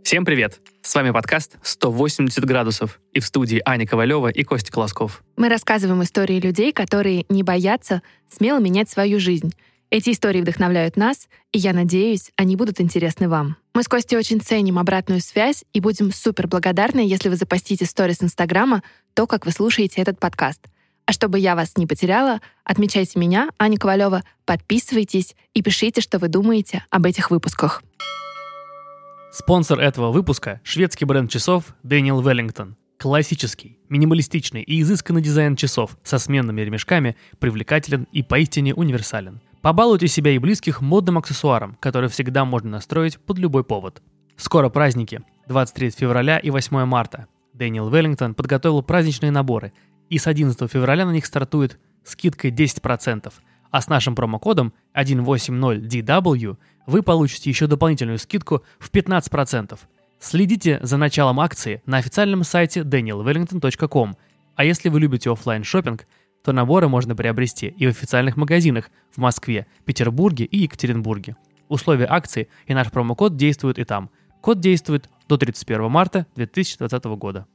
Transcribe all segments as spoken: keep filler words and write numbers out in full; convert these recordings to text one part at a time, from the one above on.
Всем привет! С вами подкаст «сто восемьдесят градусов» и в студии Аня Ковалева и Костя Колосков. Мы рассказываем истории людей, которые не боятся смело менять свою жизнь. Эти истории вдохновляют нас, и я надеюсь, они будут интересны вам. Мы с Костей очень ценим обратную связь и будем супер благодарны, если вы запостите сторис Инстаграма то, как вы слушаете этот подкаст. А чтобы я вас не потеряла, отмечайте меня, Аня Ковалева, подписывайтесь и пишите, что вы думаете об этих выпусках. Спонсор этого выпуска — шведский бренд часов Daniel Wellington. Классический, минималистичный и изысканный дизайн часов со сменными ремешками привлекателен и поистине универсален. Побалуйте себя и близких модным аксессуаром, который всегда можно настроить под любой повод. Скоро праздники. двадцать третьего февраля и восьмого марта. Daniel Wellington подготовил праздничные наборы, и с одиннадцатого февраля на них стартует скидкой десять процентов. А с нашим промокодом сто восемьдесят ди дабл ю вы получите еще дополнительную скидку в пятнадцать процентов. Следите за началом акции на официальном сайте дэниэл веллингтон точка ком. А если вы любите офлайн-шоппинг, то наборы можно приобрести и в официальных магазинах в Москве, Петербурге и Екатеринбурге. Условия акции и наш промокод действуют и там. Код действует до тридцать первого марта две тысячи двадцатого года.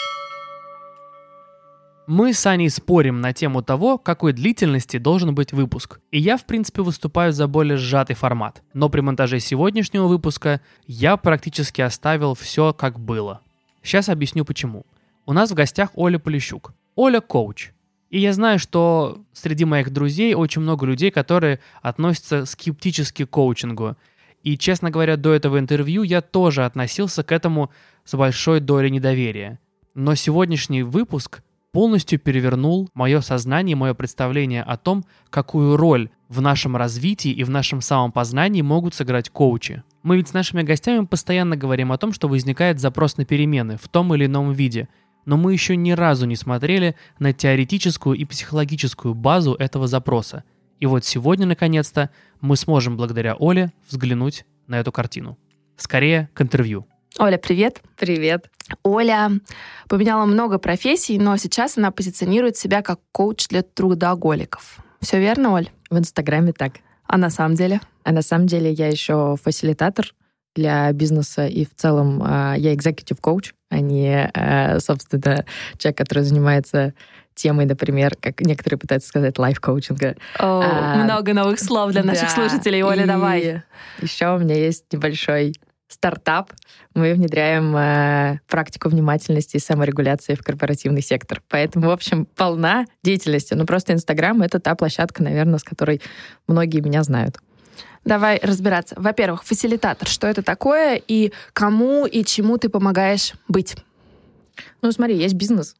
Мы с Аней спорим на тему того, какой длительности должен быть выпуск. И я, в принципе, выступаю за более сжатый формат. Но при монтаже сегодняшнего выпуска я практически оставил все как было. Сейчас объясню почему. У нас в гостях Оля Полищук. Оля — коуч. И я знаю, что среди моих друзей очень много людей, которые относятся скептически к коучингу. И, честно говоря, до этого интервью я тоже относился к этому с большой долей недоверия. Но сегодняшний выпуск полностью перевернул мое сознание, мое представление о том, какую роль в нашем развитии и в нашем самопознании могут сыграть коучи. Мы ведь с нашими гостями постоянно говорим о том, что возникает запрос на перемены в том или ином виде, но мы еще ни разу не смотрели на теоретическую и психологическую базу этого запроса. И вот сегодня, наконец-то, мы сможем благодаря Оле взглянуть на эту картину. Скорее к интервью. Оля, привет. Привет. Оля поменяла много профессий, но сейчас она позиционирует себя как коуч для трудоголиков. Все верно, Оль? В Инстаграме так. А на самом деле? А на самом деле я еще фасилитатор для бизнеса, и в целом я executive коуч, а не, собственно, человек, который занимается темой, например, как некоторые пытаются сказать, лайф-коучинга. О, а, много новых слов для наших да, слушателей. Оля, и давай. Еще у меня есть небольшой стартап. Мы внедряем э, практику внимательности и саморегуляции в корпоративный сектор. Поэтому, в общем, полна деятельности. Но просто Инстаграм — это та площадка, наверное, с которой многие меня знают. Давай разбираться. Во-первых, фасилитатор. Что это такое и кому и чему ты помогаешь быть? Ну, смотри, есть бизнес,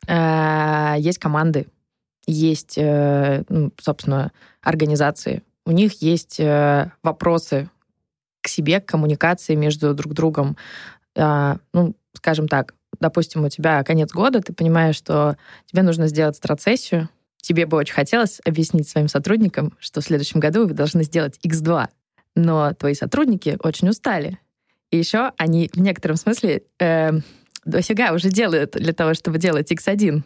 э, есть команды, есть, э, ну, собственно, организации. У них есть э, вопросы к себе, к коммуникации между друг другом. А, ну, скажем так, допустим, у тебя конец года, ты понимаешь, что тебе нужно сделать страцессию, тебе бы очень хотелось объяснить своим сотрудникам, что в следующем году вы должны сделать икс два, но твои сотрудники очень устали. И еще они в некотором смысле э, дофига уже делают для того, чтобы делать икс один.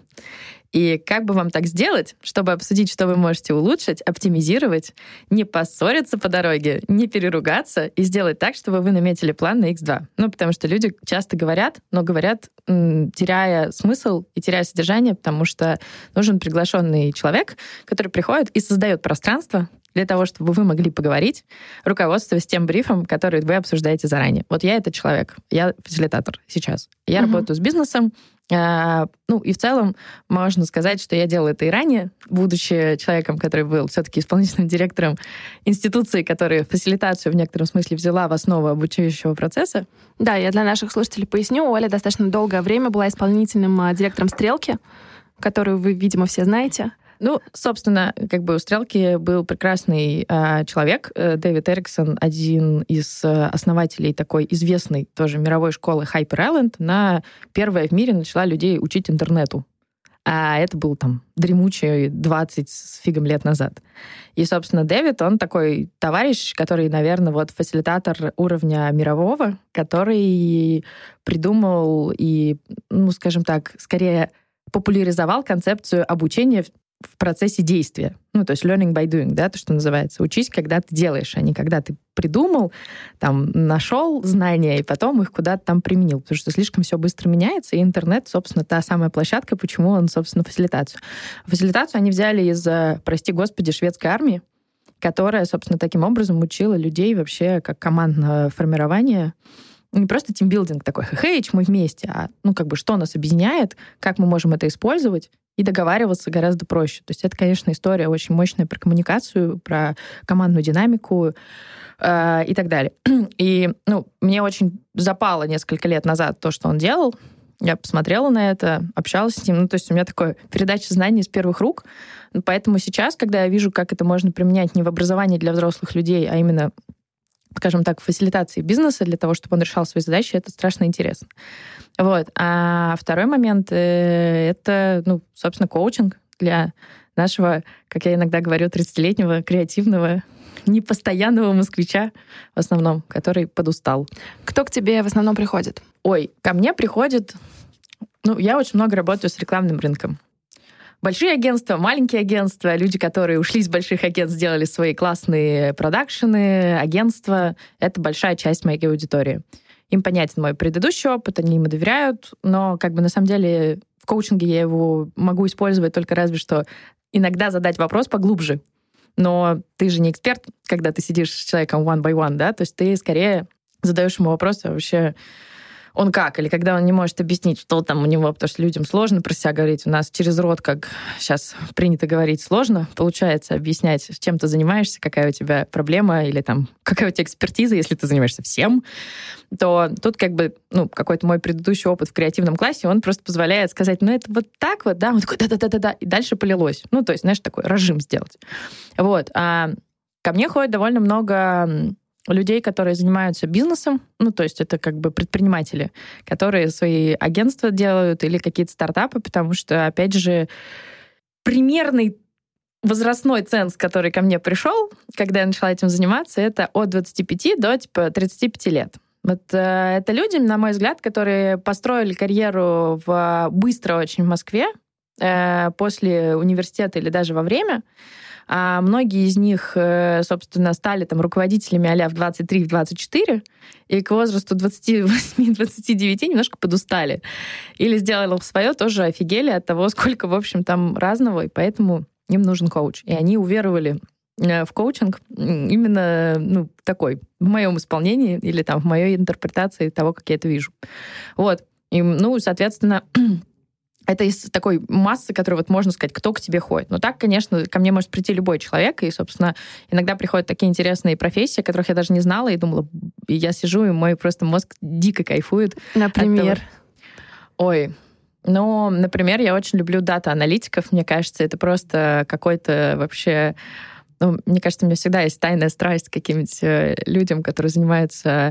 И как бы вам так сделать, чтобы обсудить, что вы можете улучшить, оптимизировать, не поссориться по дороге, не переругаться и сделать так, чтобы вы наметили план на икс два. Ну, потому что люди часто говорят, но говорят, м, теряя смысл и теряя содержание, потому что нужен приглашенный человек, который приходит и создает пространство для того, чтобы вы могли поговорить, руководствуясь тем брифом, который вы обсуждаете заранее. Вот я этот человек, я фасилитатор сейчас. Я угу. работаю с бизнесом. А, ну, и в целом можно сказать, что я делала это и ранее, будучи человеком, который был все-таки исполнительным директором институции, которая фасилитацию в некотором смысле взяла в основу обучающего процесса. Да, я для наших слушателей поясню. Оля достаточно долгое время была исполнительным директором «Стрелки», которую вы, видимо, все знаете. Ну, собственно, как бы у «Стрелки» был прекрасный э, человек, э, Дэвид Эриксон, один из э, основателей такой известной тоже мировой школы Hyper Island. Она первая в мире начала людей учить интернету. А это был там дремучий двадцать с фигом лет назад. И, собственно, Дэвид, он такой товарищ, который, наверное, вот фасилитатор уровня мирового, который придумал и, ну, скажем так, скорее популяризовал концепцию обучения в процессе действия. Ну, то есть learning by doing, да, то, что называется. Учись, когда ты делаешь, а не когда ты придумал, там, нашел знания и потом их куда-то там применил. Потому что слишком все быстро меняется, и интернет, собственно, та самая площадка, почему он, собственно, фасилитацию. Фасилитацию они взяли из, прости господи, шведской армии, которая, собственно, таким образом учила людей вообще как командное формирование. Не просто тимбилдинг такой, хэ-хэйч, мы вместе, а ну как бы что нас объединяет, как мы можем это использовать, и договариваться гораздо проще. То есть это, конечно, история очень мощная про коммуникацию, про командную динамику э, и так далее. И ну, мне очень запало несколько лет назад то, что он делал. Я посмотрела на это, общалась с ним. Ну, то есть у меня такое передача знаний из первых рук. Поэтому сейчас, когда я вижу, как это можно применять не в образовании для взрослых людей, а именно, скажем так, в фасилитации бизнеса для того, чтобы он решал свои задачи, это страшно интересно. Вот. А второй момент — это, ну, собственно, коучинг для нашего, как я иногда говорю, тридцатилетнего креативного, непостоянного москвича в основном, который подустал. Кто к тебе в основном приходит? Ой, ко мне приходит... Ну, я очень много работаю с рекламным рынком. Большие агентства, маленькие агентства, люди, которые ушли из больших агентств, сделали свои классные продакшены, агентства. Это большая часть моей аудитории. Им понятен мой предыдущий опыт, они ему доверяют, но как бы на самом деле в коучинге я его могу использовать только разве что иногда задать вопрос поглубже. Но ты же не эксперт, когда ты сидишь с человеком one by one, да? То есть ты скорее задаешь ему вопрос, а вообще он как? Или когда он не может объяснить, что там у него, потому что людям сложно про себя говорить. У нас через рот, как сейчас принято говорить, сложно получается объяснять, чем ты занимаешься, какая у тебя проблема, или там какая у тебя экспертиза, если ты занимаешься всем, то тут как бы, ну, какой-то мой предыдущий опыт в креативном классе, он просто позволяет сказать, ну, это вот так вот, да? Он такой, да-да-да-да-да, и дальше полилось. Ну, то есть, знаешь, такой разжим сделать. Вот. А ко мне ходит довольно много людей, которые занимаются бизнесом, ну, то есть это как бы предприниматели, которые свои агентства делают или какие-то стартапы, потому что, опять же, примерный возрастной ценз, который ко мне пришел, когда я начала этим заниматься, это от двадцати пяти до типа тридцати пяти лет. Вот э, это люди, на мой взгляд, которые построили карьеру в, быстро очень в Москве, э, после университета или даже во время. А многие из них, собственно, стали там руководителями а-ля в двадцать три двадцать четыре, и к возрасту двадцати восьми двадцати девяти немножко подустали. Или сделали свое, тоже офигели от того, сколько, в общем, там разного, и поэтому им нужен коуч. И они уверовали в коучинг именно ну, такой, в моем исполнении или там в моей интерпретации того, как я это вижу. Вот. И, ну, соответственно, это из такой массы, которую вот можно сказать, кто к тебе ходит. Но так, конечно, ко мне может прийти любой человек, и, собственно, иногда приходят такие интересные профессии, о которых я даже не знала, и думала, и я сижу, и мой просто мозг дико кайфует. Например? Ой, ну, например, я очень люблю дата-аналитиков, мне кажется, это просто какой-то вообще... Ну, мне кажется, у меня всегда есть тайная страсть к каким-нибудь людям, которые занимаются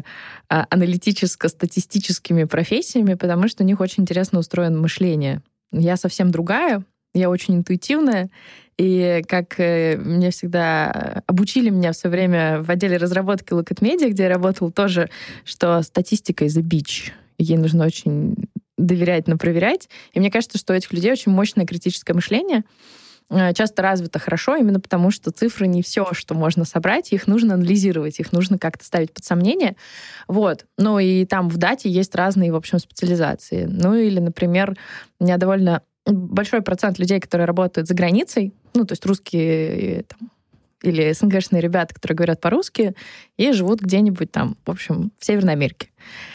аналитическо-статистическими профессиями, потому что у них очень интересно устроено мышление. Я совсем другая, я очень интуитивная, и как мне всегда обучили меня все время в отделе разработки Look at Media, где я работала тоже, что статистика is a bitch. Ей нужно очень доверять, но проверять. И мне кажется, что у этих людей очень мощное критическое мышление, часто развито хорошо, именно потому что цифры не все, что можно собрать, их нужно анализировать, их нужно как-то ставить под сомнение. Вот. Ну и там в дате есть разные, в общем, специализации. Ну или, например, у меня довольно большой процент людей, которые работают за границей, ну то есть русские там, или СНГшные ребята, которые говорят по-русски, и живут где-нибудь там, в общем, в Северной Америке.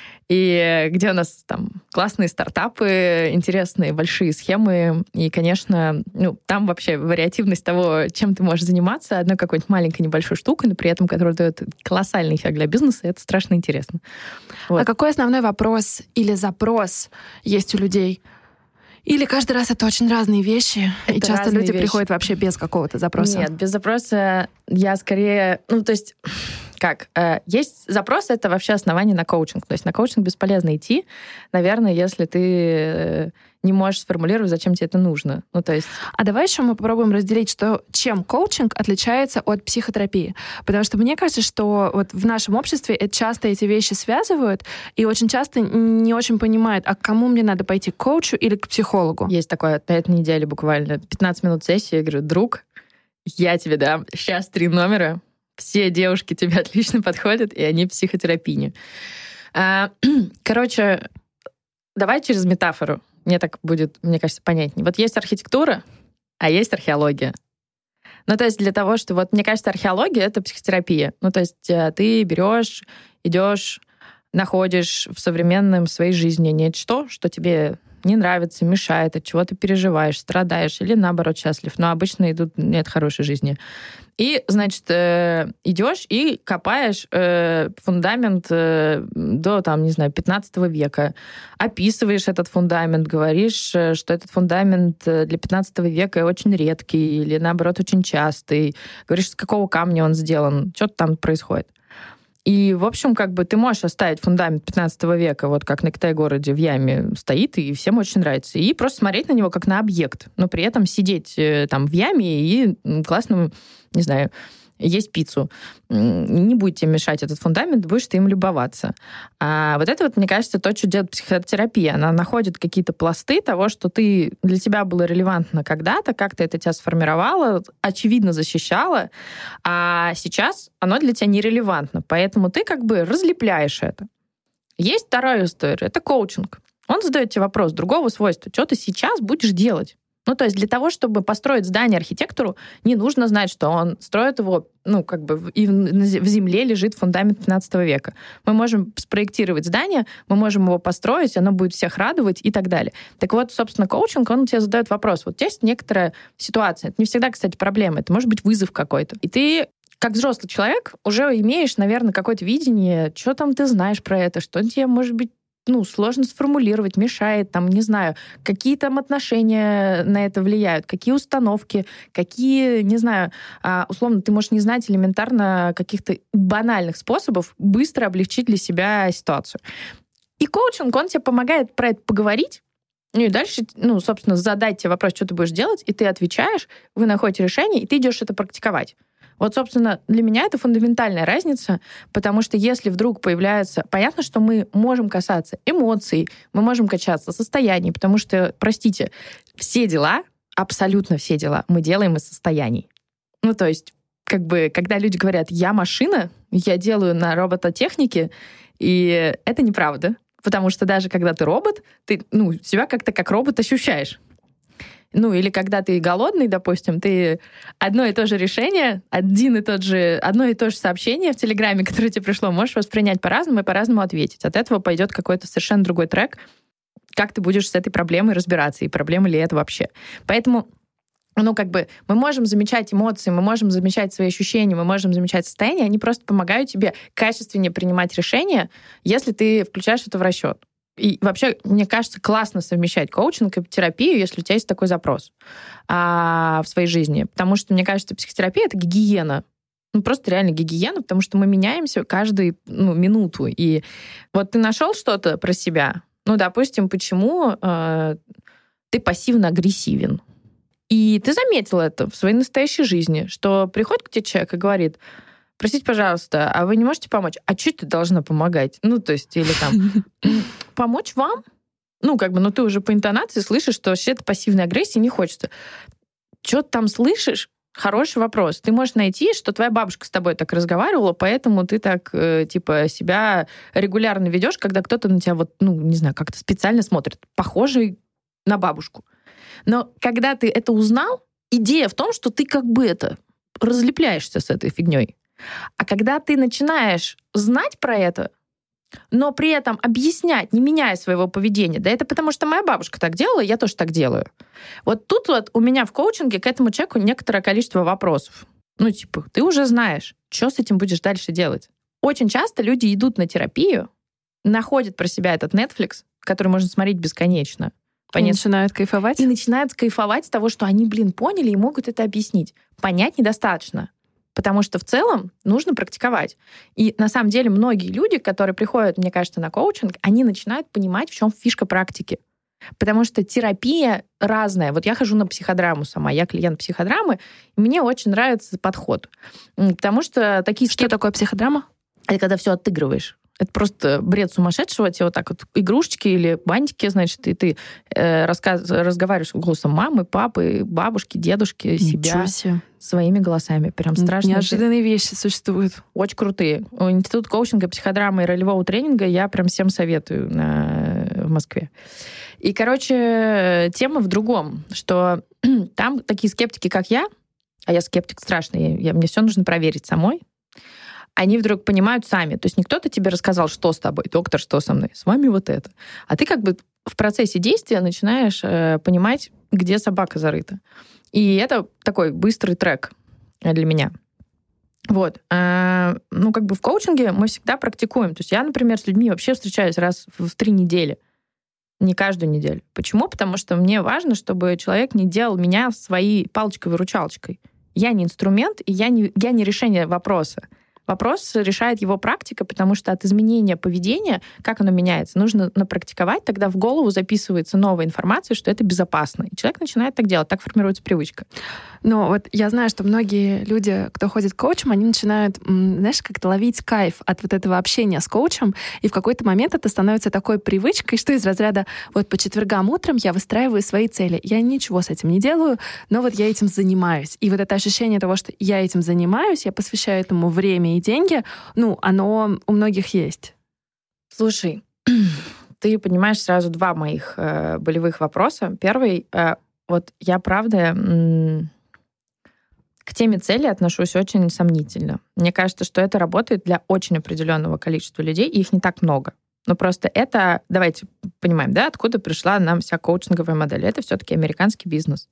И где у нас там классные стартапы, интересные большие схемы. И, конечно, ну, там вообще вариативность того, чем ты можешь заниматься, одной какой-нибудь маленькой небольшой штукой, но при этом, которая дает колоссальный эффект для бизнеса, это страшно интересно. Вот. А какой основной вопрос или запрос есть у людей? Или каждый раз это очень разные вещи, это и часто люди вещи. приходят вообще без какого-то запроса? Нет, без запроса я скорее... Ну, то есть... как? Есть запрос, это вообще основание на коучинг. То есть на коучинг бесполезно идти, наверное, если ты не можешь сформулировать, зачем тебе это нужно. Ну, то есть... А давай еще мы попробуем разделить, что, чем коучинг отличается от психотерапии. Потому что мне кажется, что вот в нашем обществе это часто эти вещи связывают, и очень часто не очень понимают, а к кому мне надо пойти, к коучу или к психологу. Есть такое, на этой неделе буквально пятнадцать минут сессии, я говорю, друг, я тебе дам сейчас три номера, все девушки тебе отлично подходят, и они психотерапии. Короче, давай через метафору. Мне так будет, мне кажется, понятнее. Вот есть архитектура, а есть археология. Ну, то есть для того, что... Вот, мне кажется, археология — это психотерапия. Ну, то есть ты берешь, идешь, находишь в современном своей жизни нечто, что тебе не нравится, мешает, от чего ты переживаешь, страдаешь или, наоборот, счастлив. Но обычно идут нет хорошей жизни. И, значит, идешь и копаешь фундамент до, там, не знаю, пятнадцатого века. Описываешь этот фундамент, говоришь, что этот фундамент для пятнадцатого века очень редкий или, наоборот, очень частый. Говоришь, с какого камня он сделан, что там происходит. И, в общем, как бы ты можешь оставить фундамент пятнадцатого века, вот как на Китай-городе в яме стоит, и всем очень нравится. И просто смотреть на него как на объект, но при этом сидеть там в яме и классно, не знаю, есть пиццу. Не будете мешать этот фундамент, будешь ты им любоваться. А вот это вот, мне кажется, то, что делает психотерапия. Она находит какие-то пласты того, что ты для тебя было релевантно когда-то, как-то это тебя сформировало, очевидно защищало, а сейчас оно для тебя нерелевантно. Поэтому ты как бы разлепляешь это. Есть вторая история. Это коучинг. Он задает тебе вопрос другого свойства. Что ты сейчас будешь делать? Ну, то есть для того, чтобы построить здание архитектору, не нужно знать, что он строит его, ну, как бы и в земле лежит фундамент пятнадцатого века. Мы можем спроектировать здание, мы можем его построить, оно будет всех радовать и так далее. Так вот, собственно, коучинг, он тебе задает вопрос. Вот есть некоторая ситуация, это не всегда, кстати, проблема, это может быть вызов какой-то. И ты как взрослый человек уже имеешь, наверное, какое-то видение, что там ты знаешь про это, что тебе, может быть, ну, сложно сформулировать, мешает, там, не знаю, какие там отношения на это влияют, какие установки, какие, не знаю, условно, ты можешь не знать элементарно каких-то банальных способов быстро облегчить для себя ситуацию. И коучинг, он тебе помогает про это поговорить, ну и дальше, ну, собственно, задать тебе вопрос, что ты будешь делать, и ты отвечаешь, вы находите решение, и ты идешь это практиковать. Вот, собственно, для меня это фундаментальная разница, потому что если вдруг появляется... Понятно, что мы можем касаться эмоций, мы можем касаться состояний, потому что, простите, все дела, абсолютно все дела мы делаем из состояний. Ну, то есть, как бы, когда люди говорят «я машина», я делаю на робототехнике, и это неправда, потому что даже когда ты робот, ты, ну, себя как-то как робот ощущаешь. Ну, или когда ты голодный, допустим, ты одно и то же решение, один и тот же, одно и то же сообщение в Телеграме, которое тебе пришло, можешь воспринять по-разному и по-разному ответить. От этого пойдет какой-то совершенно другой трек, как ты будешь с этой проблемой разбираться, и проблема ли это вообще. Поэтому, ну, как бы, мы можем замечать эмоции, мы можем замечать свои ощущения, мы можем замечать состояние, они просто помогают тебе качественнее принимать решения, если ты включаешь это в расчет. И вообще, мне кажется, классно совмещать коучинг и терапию, если у тебя есть такой запрос а, в своей жизни. Потому что, мне кажется, психотерапия — это гигиена. Ну, просто реально гигиена, потому что мы меняемся каждую, ну, минуту. И вот ты нашел что-то про себя, ну, допустим, почему э, ты пассивно-агрессивен. И ты заметил это в своей настоящей жизни, что приходит к тебе человек и говорит: простите, пожалуйста, а вы не можете помочь? А что ты должна помогать? Ну, то есть, или там, помочь вам? Ну, как бы, ну, ты уже по интонации слышишь, что вообще это пассивной агрессии не хочется. Что ты там слышишь? Хороший вопрос. Ты можешь найти, что твоя бабушка с тобой так разговаривала, поэтому ты так, э, типа, себя регулярно ведешь, когда кто-то на тебя вот, ну, не знаю, как-то специально смотрит, похожий на бабушку. Но когда ты это узнал, идея в том, что ты как бы это разлепляешься с этой фигней. А когда ты начинаешь знать про это, но при этом объяснять, не меняя своего поведения, да это потому что моя бабушка так делала, я тоже так делаю. Вот тут вот у меня в коучинге к этому человеку некоторое количество вопросов. Ну, типа, ты уже знаешь, что с этим будешь дальше делать. Очень часто люди идут на терапию, находят про себя этот Netflix, который можно смотреть бесконечно. И Понят... начинают кайфовать? И начинают кайфовать с того, что они, блин, поняли и могут это объяснить. Понять недостаточно. Потому что в целом нужно практиковать. И на самом деле многие люди, которые приходят, мне кажется, на коучинг, они начинают понимать, в чем фишка практики. Потому что терапия разная. Вот я хожу на психодраму сама, я клиент психодрамы, и мне очень нравится подход. Потому что такие... Что такое психодрама? Это когда все отыгрываешь. Это просто бред сумасшедшего. Тебе вот так вот игрушечки или бантики, значит, и ты э, рассказ, разговариваешь голосом мамы, папы, бабушки, дедушки, себя себе. Своими голосами. Прям страшно. Неожиданные вещи существуют. Очень крутые. Институт коучинга, психодрамы и ролевого тренинга я прям всем советую на, в Москве. И, короче, тема в другом, что там такие скептики, как я, а я скептик страшный, я, мне все нужно проверить самой, они вдруг понимают сами. То есть не кто-то тебе рассказал, что с тобой, доктор, что со мной, с вами вот это. А ты как бы в процессе действия начинаешь э, понимать, где собака зарыта. И это такой быстрый трек для меня. Вот. А, ну, как бы в коучинге мы всегда практикуем. То есть я, например, с людьми вообще встречаюсь раз в три недели. Не каждую неделю. Почему? Потому что мне важно, чтобы человек не делал меня своей палочкой-выручалочкой. Я не инструмент, и я не, я не решение вопроса. Вопрос решает его практика, потому что от изменения поведения, как оно меняется, нужно напрактиковать, тогда в голову записывается новая информация, что это безопасно. И человек начинает так делать, так формируется привычка. Но вот я знаю, что многие люди, кто ходит к коучам, они начинают, знаешь, как-то ловить кайф от вот этого общения с коучем, и в какой-то момент это становится такой привычкой, что из разряда вот по четвергам утром я выстраиваю свои цели. Я ничего с этим не делаю, но вот я этим занимаюсь. И вот это ощущение того, что я этим занимаюсь, я посвящаю этому время и деньги, ну, оно у многих есть. Слушай, ты понимаешь сразу два моих э, болевых вопроса. Первый, э, вот я, правда, м- к теме цели отношусь очень сомнительно. Мне кажется, что это работает для очень определенного количества людей, и их не так много. Но просто это, давайте понимаем, да, откуда пришла нам вся коучинговая модель. Это все-таки американский бизнес.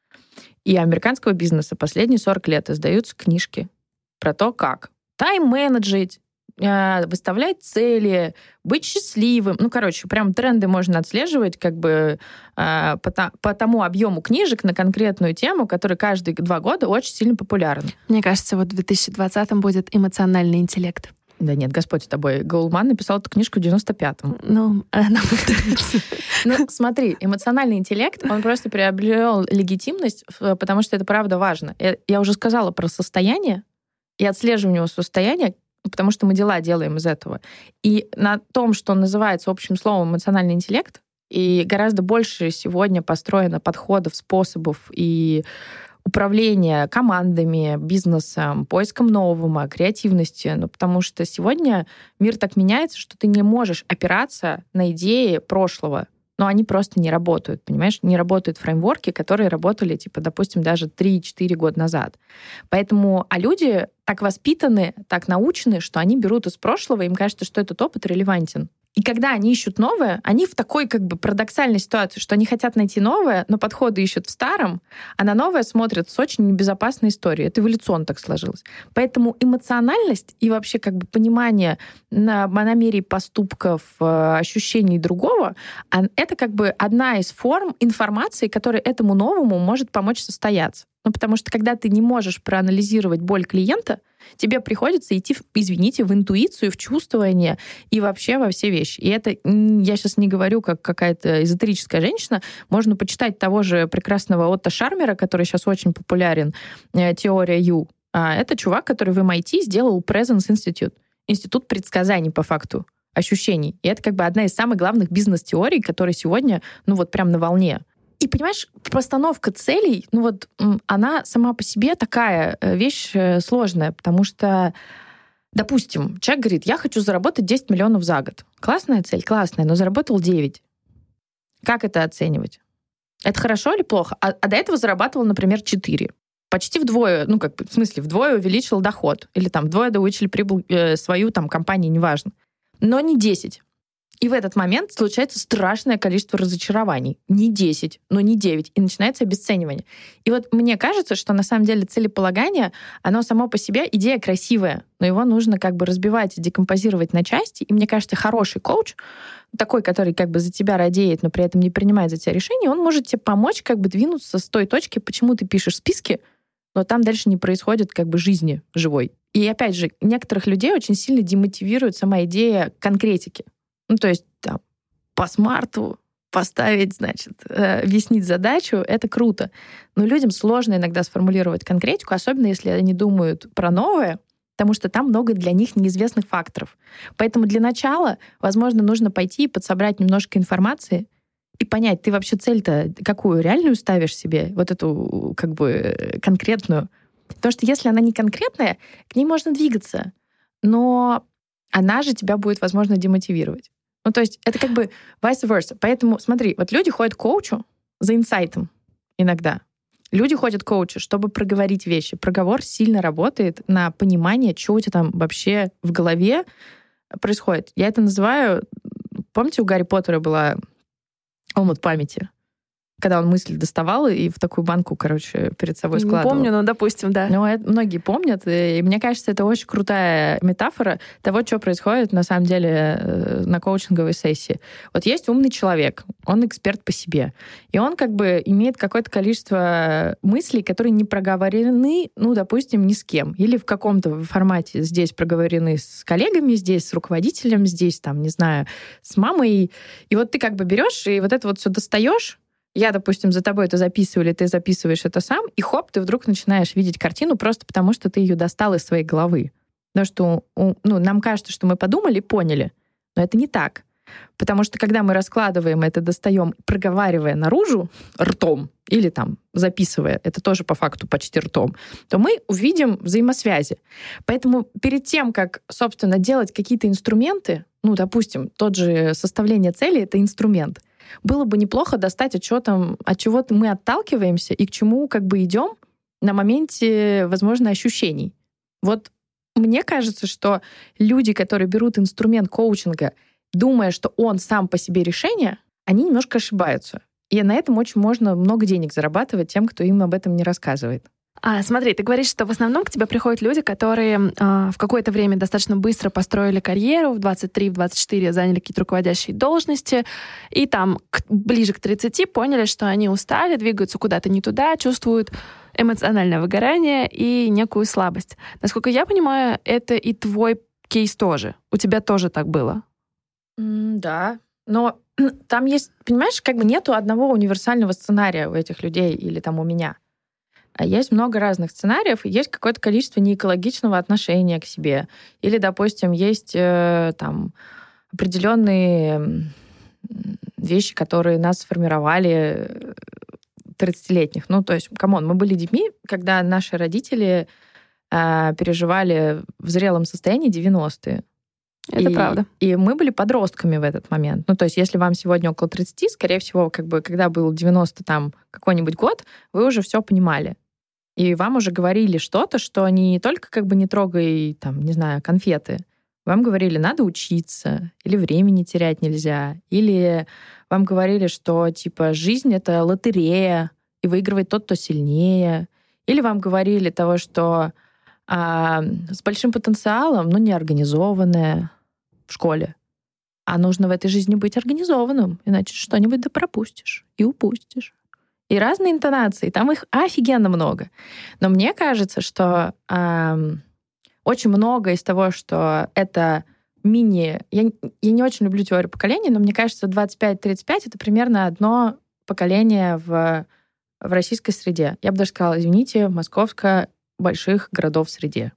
И американского бизнеса последние сорок лет издаются книжки про то, как тайм-менеджить, выставлять цели, быть счастливым. Ну, короче, прям тренды можно отслеживать как бы по, по тому объему книжек на конкретную тему, который каждые два года очень сильно популярен. Мне кажется, вот в две тысячи двадцатом будет эмоциональный интеллект. Да нет, Господь с тобой. Гоулман написал эту книжку в девяносто пятом. Ну, она повторяется. Ну, смотри, эмоциональный интеллект, он просто приобрел легитимность, потому что это правда важно. Я уже сказала про состояние и отслеживание состояния, потому что мы дела делаем из этого. И на том, что называется общим словом эмоциональный интеллект, и гораздо больше сегодня построено подходов, способов и управления командами, бизнесом, поиском нового, креативностью. Ну, потому что сегодня мир так меняется, что ты не можешь опираться на идеи прошлого. Но они просто не работают, понимаешь? Не работают фреймворки, которые работали, типа, допустим, даже три-четыре года назад. Поэтому, а люди так воспитаны, так научены, что они берут из прошлого, им кажется, что этот опыт релевантен. И когда они ищут новое, они в такой как бы парадоксальной ситуации, что они хотят найти новое, но подходы ищут в старом, а на новое смотрят с очень небезопасной историей. Это эволюционно так сложилось. Поэтому эмоциональность и вообще как бы понимание на манере поступков, ощущений другого, это как бы одна из форм информации, которая этому новому может помочь состояться. Ну, потому что когда ты не можешь проанализировать боль клиента, тебе приходится идти, извините, в интуицию, в чувствование и вообще во все вещи. И это, я сейчас не говорю как какая-то эзотерическая женщина, можно почитать того же прекрасного Отто Шармера, который сейчас очень популярен, «Теория Ю». Это чувак, который в эм ай ти сделал Presence Institute, институт предсказаний по факту, ощущений. И это как бы одна из самых главных бизнес-теорий, которая сегодня, ну вот прям на волне. И, понимаешь, постановка целей, ну вот она сама по себе такая вещь сложная, потому что, допустим, человек говорит, я хочу заработать десять миллионов за год. Классная цель? Классная, но заработал девять. Как это оценивать? Это хорошо или плохо? А, а до этого зарабатывал, например, четыре. Почти вдвое, ну как бы, в смысле, вдвое увеличил доход. Или там вдвое увеличили прибыль э, свою там компанию, неважно. Но не десять. И в этот момент случается страшное количество разочарований. Не десять, но не девять. И начинается обесценивание. И вот мне кажется, что на самом деле целеполагание, оно само по себе идея красивая, но его нужно как бы разбивать, декомпозировать на части. И мне кажется, хороший коуч, такой, который как бы за тебя радеет, но при этом не принимает за тебя решения, он может тебе помочь как бы двинуться с той точки, почему ты пишешь списки, но там дальше не происходит как бы жизни живой. И опять же, некоторых людей очень сильно демотивирует сама идея конкретики. Ну, то есть там по смарту поставить, значит, объяснить задачу, это круто. Но людям сложно иногда сформулировать конкретику, особенно если они думают про новое, потому что там много для них неизвестных факторов. Поэтому для начала, возможно, нужно пойти и подсобрать немножко информации и понять, ты вообще цель-то какую, реальную ставишь себе, вот эту как бы конкретную. Потому что если она не конкретная, к ней можно двигаться, но она же тебя будет, возможно, демотивировать. Ну, то есть это как бы vice versa. Поэтому смотри, вот люди ходят к коучу за инсайтом иногда. Люди ходят к коучу, чтобы проговорить вещи. Проговор сильно работает на понимание, что у тебя там вообще в голове происходит. Я это называю... Помните, у Гарри Поттера была омут памяти? Когда он мысль доставал и в такую банку, короче, перед собой складывал. Не помню, но допустим, да. Ну, это многие помнят, и мне кажется, это очень крутая метафора того, что происходит на самом деле на коучинговой сессии. Вот есть умный человек, он эксперт по себе, и он как бы имеет какое-то количество мыслей, которые не проговорены, ну, допустим, ни с кем, или в каком-то формате здесь проговорены с коллегами, здесь с руководителем, здесь, там, не знаю, с мамой. И вот ты как бы берешь и вот это вот все достаешь. Я, допустим, за тобой это записываю, или ты записываешь это сам, и хоп, ты вдруг начинаешь видеть картину просто потому, что ты ее достал из своей головы. Потому что ну, нам кажется, что мы подумали и поняли, но это не так. Потому что когда мы раскладываем это, достаем, проговаривая наружу ртом, или там записывая, это тоже по факту почти ртом, то мы увидим взаимосвязи. Поэтому перед тем, как, собственно, делать какие-то инструменты, ну, допустим, тот же составление цели — это инструмент, было бы неплохо достать, от чего, там, от чего мы отталкиваемся и к чему как бы идем на моменте, возможно, ощущений. Вот мне кажется, что люди, которые берут инструмент коучинга, думая, что он сам по себе решение, они немножко ошибаются. И на этом очень можно много денег зарабатывать тем, кто им об этом не рассказывает. А, смотри, ты говоришь, что в основном к тебе приходят люди, которые э, в какое-то время достаточно быстро построили карьеру, в двадцать три - двадцать четыре заняли какие-то руководящие должности, и там к, ближе к тридцати поняли, что они устали, двигаются куда-то не туда, чувствуют эмоциональное выгорание и некую слабость. Насколько я понимаю, это и твой кейс тоже. У тебя тоже так было? Mm, да, но там есть, понимаешь, как бы нету одного универсального сценария у этих людей или там у меня. Есть много разных сценариев, и есть какое-то количество неэкологичного отношения к себе. Или, допустим, есть э, там определенные вещи, которые нас сформировали тридцатилетних. Ну, то есть, камон, мы были детьми, когда наши родители э, переживали в зрелом состоянии девяностые. Это и, правда. И мы были подростками в этот момент. Ну, то есть, если вам сегодня около тридцати, скорее всего, как бы, когда был девяностый там какой-нибудь год, вы уже все понимали. И вам уже говорили что-то, что не только как бы не трогай, там, не знаю, конфеты. Вам говорили, надо учиться, или времени терять нельзя, или вам говорили, что, типа, жизнь — это лотерея, и выигрывает тот, кто сильнее. Или вам говорили того, что а, с большим потенциалом, но не организованное в школе. А нужно в этой жизни быть организованным, иначе что-нибудь да пропустишь и упустишь. И разные интонации, там их офигенно много. Но мне кажется, что э, очень много из того, что это мини... Я, я не очень люблю теорию поколений, но мне кажется, двадцать пять - тридцать пять — это примерно одно поколение в, в российской среде. Я бы даже сказала, извините, московско-больших городов среде.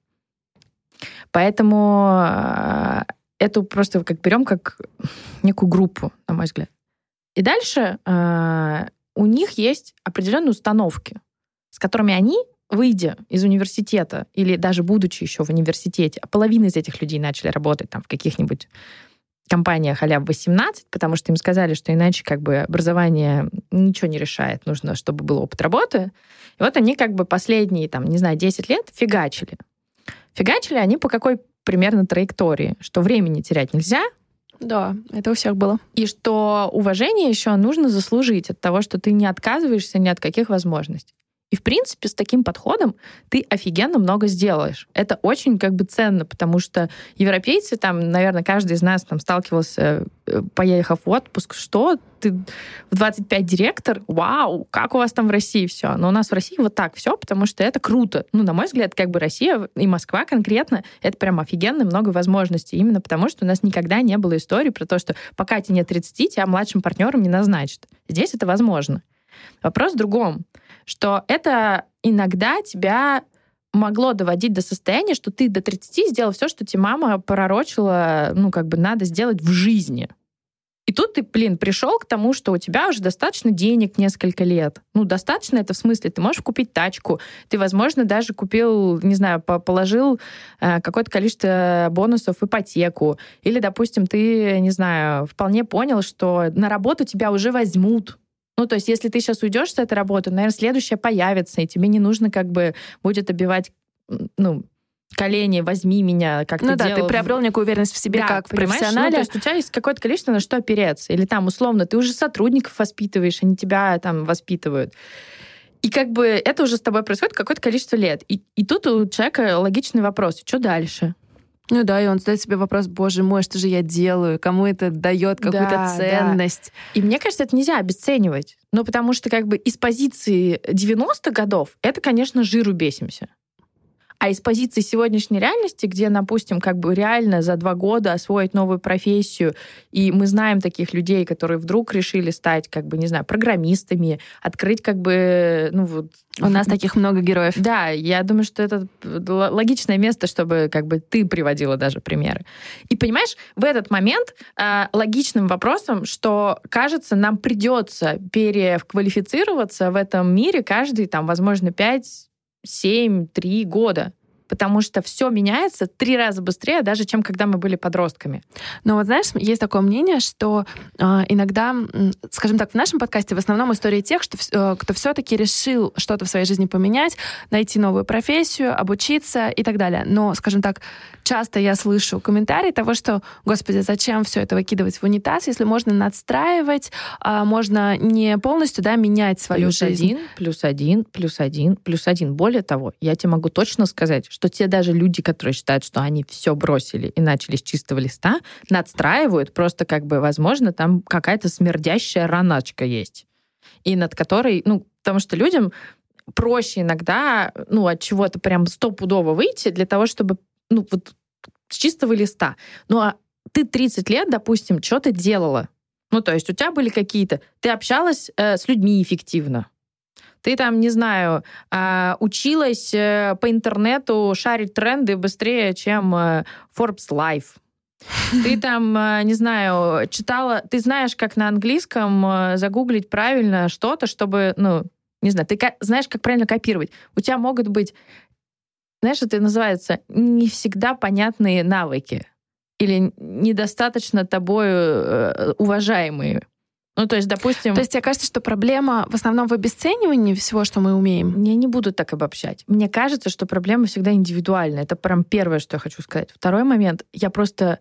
Поэтому э, эту просто как берем как некую группу, на мой взгляд. И дальше... Э, у них есть определенные установки, с которыми они, выйдя из университета или даже будучи еще в университете, а половина из этих людей начали работать там в каких-нибудь компаниях а-ля восемнадцать, потому что им сказали, что иначе как бы образование ничего не решает, нужно, чтобы был опыт работы. И вот они как бы последние, там, не знаю, десять лет фигачили. Фигачили они по какой примерно траектории, что времени терять нельзя. Да, это у всех было. И что уважение еще нужно заслужить от того, что ты не отказываешься ни от каких возможностей. И, в принципе, с таким подходом ты офигенно много сделаешь. Это очень как бы ценно, потому что европейцы, там, наверное, каждый из нас там сталкивался, поехав в отпуск, что ты в двадцать пять директор, вау, как у вас там в России все. Но у нас в России вот так все, потому что это круто. Ну, на мой взгляд, как бы Россия и Москва конкретно, это прям офигенно много возможностей. Именно потому, что у нас никогда не было истории про то, что пока тебе нет тридцати, тебя младшим партнером не назначат. Здесь это возможно. Вопрос в другом, что это иногда тебя могло доводить до состояния, что ты до тридцати сделал все, что тебе мама пророчила, ну, как бы надо сделать в жизни. И тут ты, блин, пришел к тому, что у тебя уже достаточно денег несколько лет. Ну, достаточно это в смысле, ты можешь купить тачку, ты, возможно, даже купил, не знаю, положил э, какое-то количество бонусов в ипотеку. Или, допустим, ты, не знаю, вполне понял, что на работу тебя уже возьмут. Ну, то есть, если ты сейчас уйдешь с этой работы, наверное, следующая появится, и тебе не нужно как бы будет обивать, ну, колени, возьми меня, как ну ты да, делал. ты приобрел некую уверенность в себе, да, как в профессионале. Ну, то есть у тебя есть какое-то количество на что опереться. Или там, условно, ты уже сотрудников воспитываешь, они тебя там воспитывают. И как бы это уже с тобой происходит какое-то количество лет. И, и тут у человека логичный вопрос, что дальше? Ну да, и он задает себе вопрос, боже мой, что же я делаю? Кому это дает какую-то да, ценность? Да. И мне кажется, это нельзя обесценивать. Ну, потому что как бы из позиции девяностых годов это, конечно, жиру бесимся. А из позиции сегодняшней реальности, где, допустим, как бы реально за два года освоить новую профессию, и мы знаем таких людей, которые вдруг решили стать, как бы, не знаю, программистами, открыть как бы, ну вот... У нас таких много героев. Да, я думаю, что это логичное место, чтобы как бы ты приводила даже примеры. И понимаешь, в этот момент э, логичным вопросом, что, кажется, нам придется переквалифицироваться в этом мире каждый, там, возможно, пять семь, три года. Потому что все меняется три раза быстрее, даже чем когда мы были подростками. Но вот знаешь, есть такое мнение, что э, иногда, скажем так, в нашем подкасте в основном истории тех, что, э, кто все-таки решил что-то в своей жизни поменять, найти новую профессию, обучиться и так далее. Но, скажем так, часто я слышу комментарии того, что, господи, зачем все это выкидывать в унитаз, если можно надстраивать, э, можно не полностью, да, менять свою плюс жизнь. Один, плюс один, плюс один, плюс один. Более того, я тебе могу точно сказать, что те даже люди, которые считают, что они все бросили и начали с чистого листа, надстраивают, просто как бы, возможно, там какая-то смердящая раначка есть. И над которой, ну, потому что людям проще иногда, ну, от чего-то прям стопудово выйти для того, чтобы, ну, вот с чистого листа. Ну, а ты тридцать лет, допустим, что ты делала? Ну, то есть у тебя были какие-то... Ты общалась э, с людьми эффективно. Ты там, не знаю, училась по интернету шарить тренды быстрее, чем Forbes Life. Ты там, не знаю, читала... Ты знаешь, как на английском загуглить правильно что-то, чтобы, ну, не знаю, ты знаешь, как правильно копировать. У тебя могут быть, знаешь, это называется не всегда понятные навыки или недостаточно тобой уважаемые. Ну, то есть, допустим... То есть тебе кажется, что проблема в основном в обесценивании всего, что мы умеем? Я не буду так обобщать. Мне кажется, что проблема всегда индивидуальная. Это прям первое, что я хочу сказать. Второй момент. Я просто...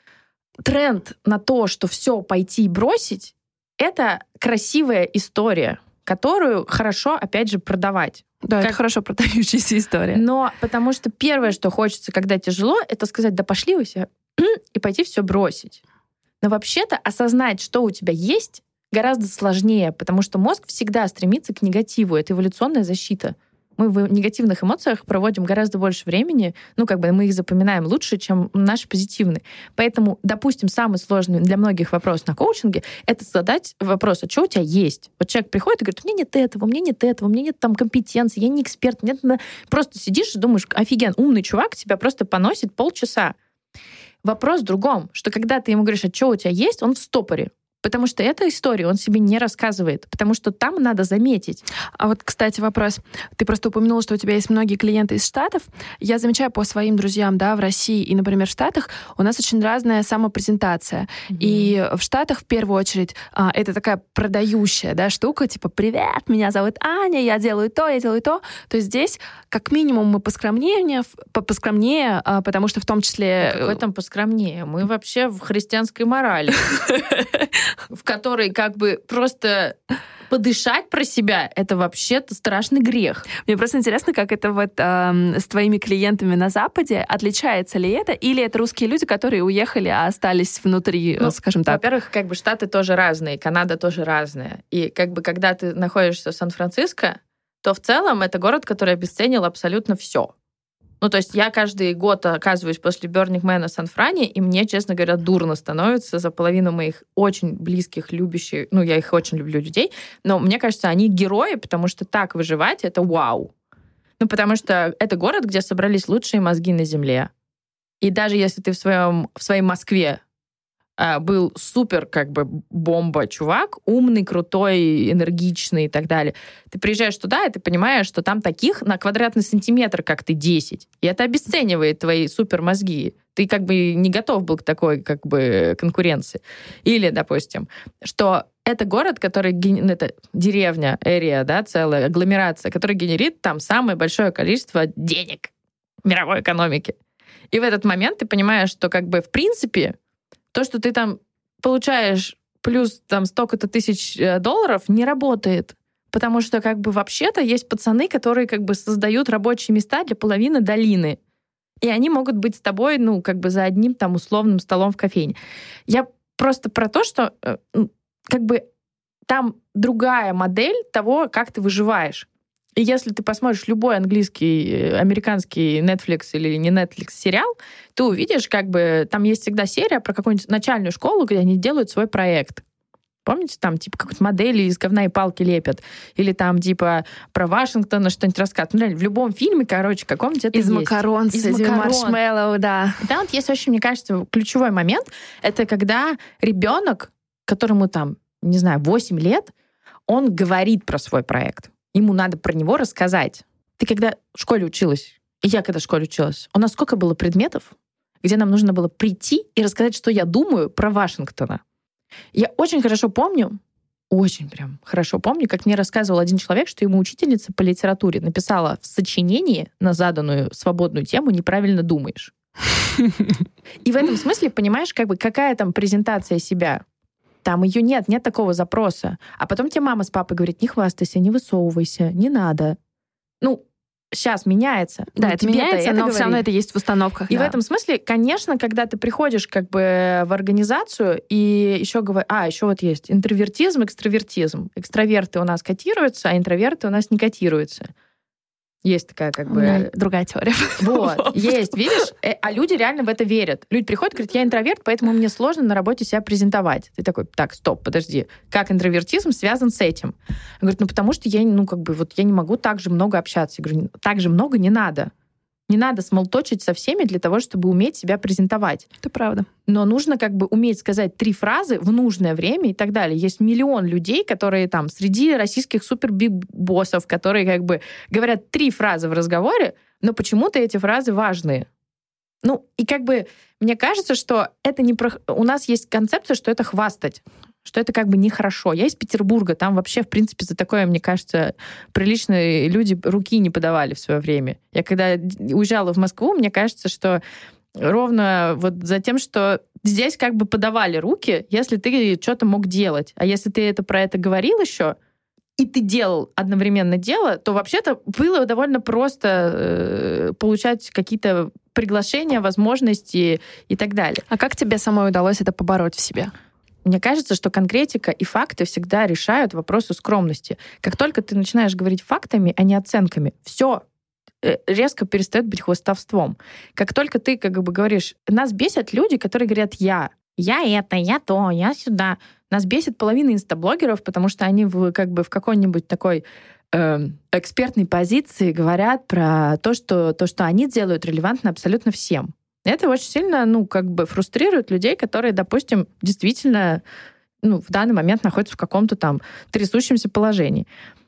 Тренд на то, что все пойти и бросить, это красивая история, которую хорошо, опять же, продавать. Да, как... это хорошо продающаяся история. Но потому что первое, что хочется, когда тяжело, это сказать, да пошли вы все, и пойти все бросить. Но вообще-то осознать, что у тебя есть, гораздо сложнее, потому что мозг всегда стремится к негативу. Это эволюционная защита. Мы в негативных эмоциях проводим гораздо больше времени, ну, как бы мы их запоминаем лучше, чем наши позитивные. Поэтому, допустим, самый сложный для многих вопрос на коучинге — это задать вопрос, а что у тебя есть? Вот человек приходит и говорит, у меня нет этого, у меня нет этого, у меня нет там компетенции, я не эксперт, нет... Просто сидишь и думаешь, офиген, умный чувак тебя просто поносит полчаса. Вопрос в другом, что когда ты ему говоришь, а что у тебя есть, он в стопоре. Потому что эту историю он себе не рассказывает, потому что там надо заметить. А вот, кстати, вопрос. Ты просто упомянула, что у тебя есть многие клиенты из Штатов. Я замечаю по своим друзьям, да, в России и, например, в Штатах у нас очень разная самопрезентация. Mm-hmm. И в Штатах в первую очередь это такая продающая, да, штука, типа «Привет, меня зовут Аня, я делаю то, я делаю то». То есть здесь как минимум мы поскромнее, поскромнее, потому что в том числе... А какой там поскромнее? Мы вообще в христианской морали. В которой как бы просто подышать про себя — это вообще-то страшный грех. Мне просто интересно, как это вот э, с твоими клиентами на Западе, отличается ли это, или это русские люди, которые уехали, а остались внутри, ну, скажем так? Во-первых, как бы Штаты тоже разные, Канада тоже разная. И как бы когда ты находишься в Сан-Франциско, то в целом это город, который обесценил абсолютно все. Ну, то есть я каждый год оказываюсь после Burning Man в Сан-Фране, и мне, честно говоря, дурно становится за половину моих очень близких, любящих, ну, я их очень люблю, людей, но мне кажется, они герои, потому что так выживать — это вау. Ну, потому что это город, где собрались лучшие мозги на Земле. И даже если ты в, своем, в своей Москве был супер как бы бомба чувак, умный, крутой, энергичный и так далее. Ты приезжаешь туда, и ты понимаешь, что там таких на квадратный сантиметр, как ты, десять. И это обесценивает твои супер мозги. Ты как бы не готов был к такой как бы конкуренции. Или, допустим, что это город, который... Это деревня, area, да, целая агломерация, которая генерит там самое большое количество денег в мировой экономике. И в этот момент ты понимаешь, что как бы в принципе то, что ты там получаешь плюс там столько-то тысяч долларов, не работает. Потому что как бы вообще-то есть пацаны, которые как бы создают рабочие места для половины долины. И они могут быть с тобой, ну, как бы за одним там условным столом в кофейне. Я просто про то, что как бы там другая модель того, как ты выживаешь. И если ты посмотришь любой английский, американский Netflix или не Netflix сериал, ты увидишь, как бы там есть всегда серия про какую-нибудь начальную школу, где они делают свой проект. Помните, там типа какие-то модели из говна и палки лепят? Или там типа про Вашингтона что-нибудь рассказывают. Ну, реально, в любом фильме, короче, каком-нибудь это из есть. Макарон, из макарон, маршмеллоу, да. Да, вот есть очень, мне кажется, ключевой момент. Это когда ребенок, которому там, не знаю, восемь лет, он говорит про свой проект. Ему надо про него рассказать. Ты когда в школе училась, и я когда в школе училась, у нас сколько было предметов, где нам нужно было прийти и рассказать, что я думаю про Вашингтона. Я очень хорошо помню, очень прям хорошо помню, как мне рассказывал один человек, что ему учительница по литературе написала в сочинении на заданную свободную тему «Неправильно думаешь». И в этом смысле, понимаешь, как бы какая там презентация себя? Там ее нет, нет такого запроса. А потом тебе мама с папой говорят: не хвастайся, не высовывайся, не надо. Ну, сейчас меняется. Да, это меняется, но все равно это есть в установках. И да. в этом смысле, конечно, когда ты приходишь как бы в организацию и еще говоришь... А, еще вот есть интровертизм, экстравертизм. Экстраверты у нас котируются, а интроверты у нас не котируются. Есть такая как бы... другая теория. Вот, есть, видишь? А люди реально в это верят. Люди приходят и говорят: я интроверт, поэтому мне сложно на работе себя презентовать. Ты такой: так, стоп, подожди. Как интровертизм связан с этим? Он говорит: ну потому что я, ну как бы, вот я не могу так же много общаться. Я говорю: так же много не надо. Не надо смолточить со всеми для того, чтобы уметь себя презентовать. Это правда. Но нужно как бы уметь сказать три фразы в нужное время и так далее. Есть миллион людей, которые там среди российских супер-биг-боссов, которые как бы говорят три фразы в разговоре, но почему-то эти фразы важные. Ну, и как бы мне кажется, что это не про... У нас есть концепция, что это хвастать, что это как бы нехорошо. Я из Петербурга, там вообще, в принципе, за такое, мне кажется, приличные люди руки не подавали в свое время. Я когда уезжала в Москву, мне кажется, что ровно вот за тем, что здесь как бы подавали руки, если ты что-то мог делать. А если ты это про это говорил еще, и ты делал одновременно дело, то вообще-то было довольно просто э, получать какие-то приглашения, возможности и так далее. А как тебе самой удалось это побороть в себе? Мне кажется, что конкретика и факты всегда решают вопросы скромности. Как только ты начинаешь говорить фактами, а не оценками, все резко перестает быть хвастовством. Как только ты как бы говоришь... Нас бесят люди, которые говорят «я». Я это, я то, я сюда. Нас бесит половина инстаблогеров, потому что они в, как бы в какой-нибудь такой э, экспертной позиции говорят про то что, то, что они делают, релевантно абсолютно всем. Это очень сильно, ну, как бы фрустрирует людей, которые, допустим, действительно, ну, в данный момент находятся в каком-то там трясущемся положении.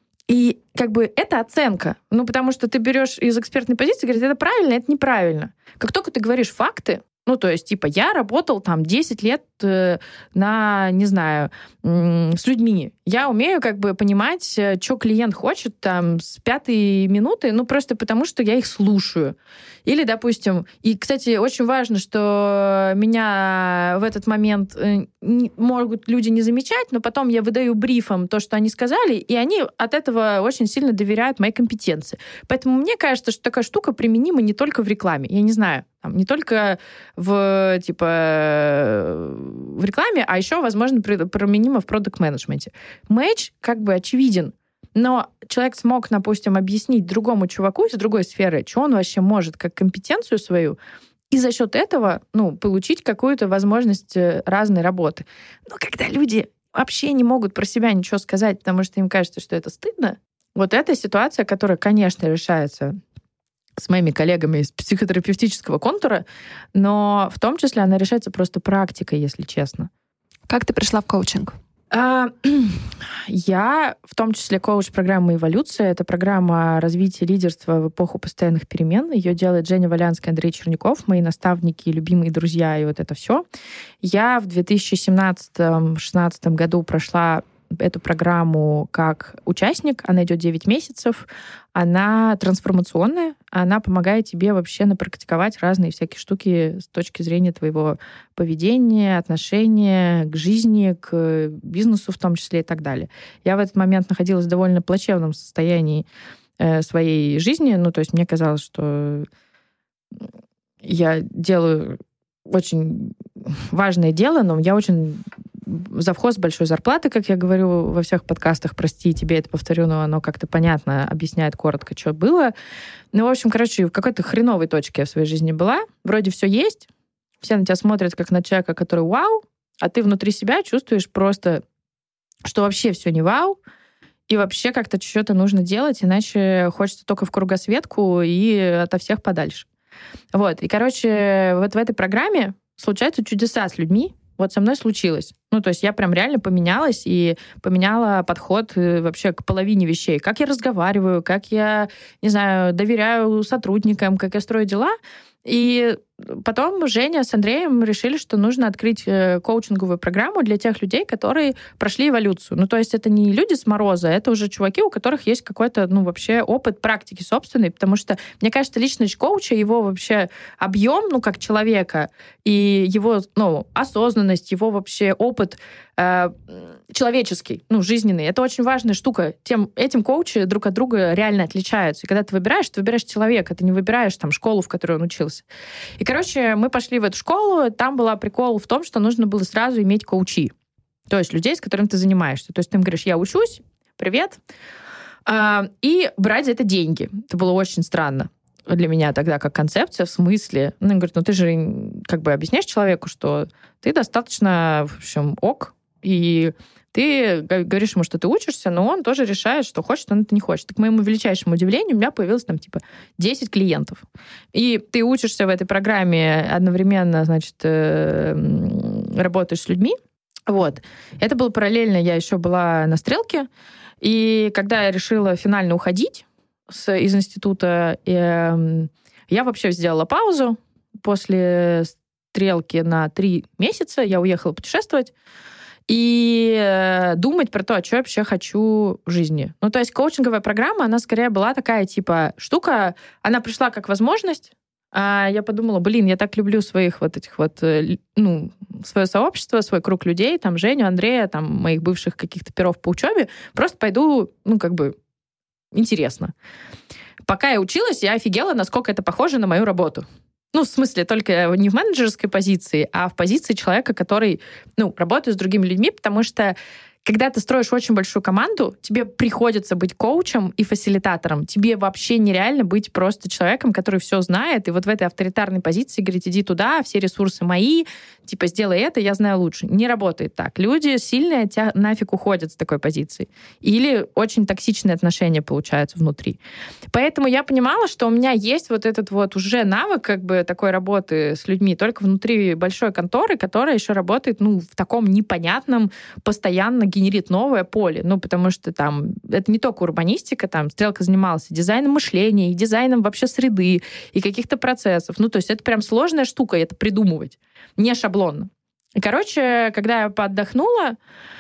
И как бы это оценка. Ну, потому что ты берешь из экспертной позиции и говоришь: это правильно, это неправильно. Как только ты говоришь факты, Ну, то есть, типа, я работал там десять лет э, на, не знаю, э, с людьми. Я умею как бы понимать, что клиент хочет там с пятой минуты, ну, просто потому, что я их слушаю. Или, допустим, и, кстати, очень важно, что меня в этот момент э, не, могут люди не замечать, но потом я выдаю брифом то, что они сказали, и они от этого очень сильно доверяют моей компетенции. Поэтому мне кажется, что такая штука применима не только в рекламе. Я не знаю, там, не только в, типа, в рекламе, а еще, возможно, применимо в продакт-менеджменте. Матч как бы очевиден, но человек смог, допустим, объяснить другому чуваку из другой сферы, что он вообще может, как компетенцию свою, и за счет этого, ну, получить какую-то возможность разной работы. Но когда люди вообще не могут про себя ничего сказать, потому что им кажется, что это стыдно, вот эта ситуация, которая, конечно, решается с моими коллегами из психотерапевтического контура, но в том числе она решается просто практикой, если честно. Как ты пришла в коучинг? Я, в том числе, коуч программы «Эволюция». Это программа развития лидерства в эпоху постоянных перемен. Ее делает Женя Валянская, Андрей Черняков, мои наставники, любимые друзья, и вот это все. Я в две тысячи семнадцатом-шестнадцатом году прошла эту программу как участник. Она идет девять месяцев. Она трансформационная. Она помогает тебе вообще напрактиковать разные всякие штуки с точки зрения твоего поведения, отношения к жизни, к бизнесу в том числе и так далее. Я в этот момент находилась в довольно плачевном состоянии э, своей жизни. Ну, то есть мне казалось, что я делаю очень важное дело, но я очень завхоз большой зарплаты, как я говорю во всех подкастах, прости, тебе это повторю, но оно как-то понятно объясняет коротко, что было. Ну, в общем, короче, в какой-то хреновой точке я в своей жизни была. Вроде все есть, все на тебя смотрят как на человека, который вау, а ты внутри себя чувствуешь просто, что вообще все не вау, и вообще как-то что-то нужно делать, иначе хочется только в кругосветку и ото всех подальше. Вот. И, короче, вот в этой программе случаются чудеса с людьми. Вот со мной случилось. Ну, то есть я прям реально поменялась и поменяла подход вообще к половине вещей. Как я разговариваю, как я, не знаю, доверяю сотрудникам, как я строю дела. И потом Женя с Андреем решили, что нужно открыть коучинговую программу для тех людей, которые прошли эволюцию. Ну, то есть это не люди с мороза, это уже чуваки, у которых есть какой-то, ну, вообще опыт практики собственной, потому что, мне кажется, личность коуча, его вообще объем, ну, как человека, и его, ну, осознанность, его вообще опыт э, человеческий, ну, жизненный, это очень важная штука. Тем, этим коучи друг от друга реально отличаются. И когда ты выбираешь, ты выбираешь человека, ты не выбираешь там школу, в которой он учился. И, короче, мы пошли в эту школу, там был прикол в том, что нужно было сразу иметь коучи. То есть людей, с которыми ты занимаешься. То есть ты им говоришь, я учусь, привет, и брать за это деньги. Это было очень странно для меня тогда как концепция, в смысле. Ну, он говорит, ну ты же как бы объясняешь человеку, что ты достаточно, в общем, ок, и ты говоришь ему, что ты учишься, но он тоже решает, что хочет, он это не хочет. К моему величайшему удивлению, у меня появилось там типа десять клиентов. И ты учишься в этой программе одновременно, значит, работаешь с людьми. Вот. Это было параллельно, я еще была на стрелке. И когда я решила финально уходить с, из института, э, я вообще сделала паузу. После стрелки на три месяца я уехала путешествовать и думать про то, а что я вообще хочу в жизни. Ну, то есть коучинговая программа, она скорее была такая, типа, штука, она пришла как возможность, а я подумала, блин, я так люблю своих вот этих вот, ну, свое сообщество, свой круг людей, там, Женю, Андрея, там, моих бывших каких-то перов по учебе, просто пойду, ну, как бы, интересно. Пока я училась, я офигела, насколько это похоже на мою работу. Ну, в смысле, только не в менеджерской позиции, а в позиции человека, который, ну, работает с другими людьми, потому что когда ты строишь очень большую команду, тебе приходится быть коучем и фасилитатором. Тебе вообще нереально быть просто человеком, который все знает, и вот в этой авторитарной позиции говорить, иди туда, все ресурсы мои, типа, сделай это, я знаю лучше. Не работает так. Люди сильные тебя нафиг уходят с такой позиции. Или очень токсичные отношения получаются внутри. Поэтому я понимала, что у меня есть вот этот вот уже навык как бы такой работы с людьми, только внутри большой конторы, которая еще работает, ну, в таком непонятном, постоянно генерит новое поле. Ну, потому что там это не только урбанистика, там Стрелка занималась дизайном мышления, и дизайном вообще среды, и каких-то процессов. Ну, то есть это прям сложная штука, это придумывать. Не шаблонно. И, короче, когда я поотдохнула,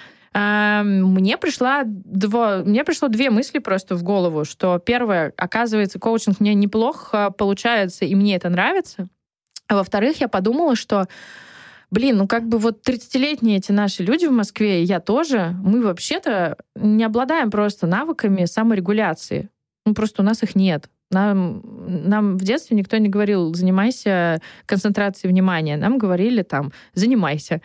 мне, пришла дво, мне пришло две мысли просто в голову, что первое, оказывается, коучинг мне неплохо получается, и мне это нравится. А во-вторых, я подумала, что, блин, ну как бы вот тридцатилетние эти наши люди в Москве, и я тоже, мы вообще-то не обладаем просто навыками саморегуляции. Ну просто у нас их нет. Нам, нам в детстве никто не говорил, занимайся концентрацией внимания. Нам говорили там, занимайся.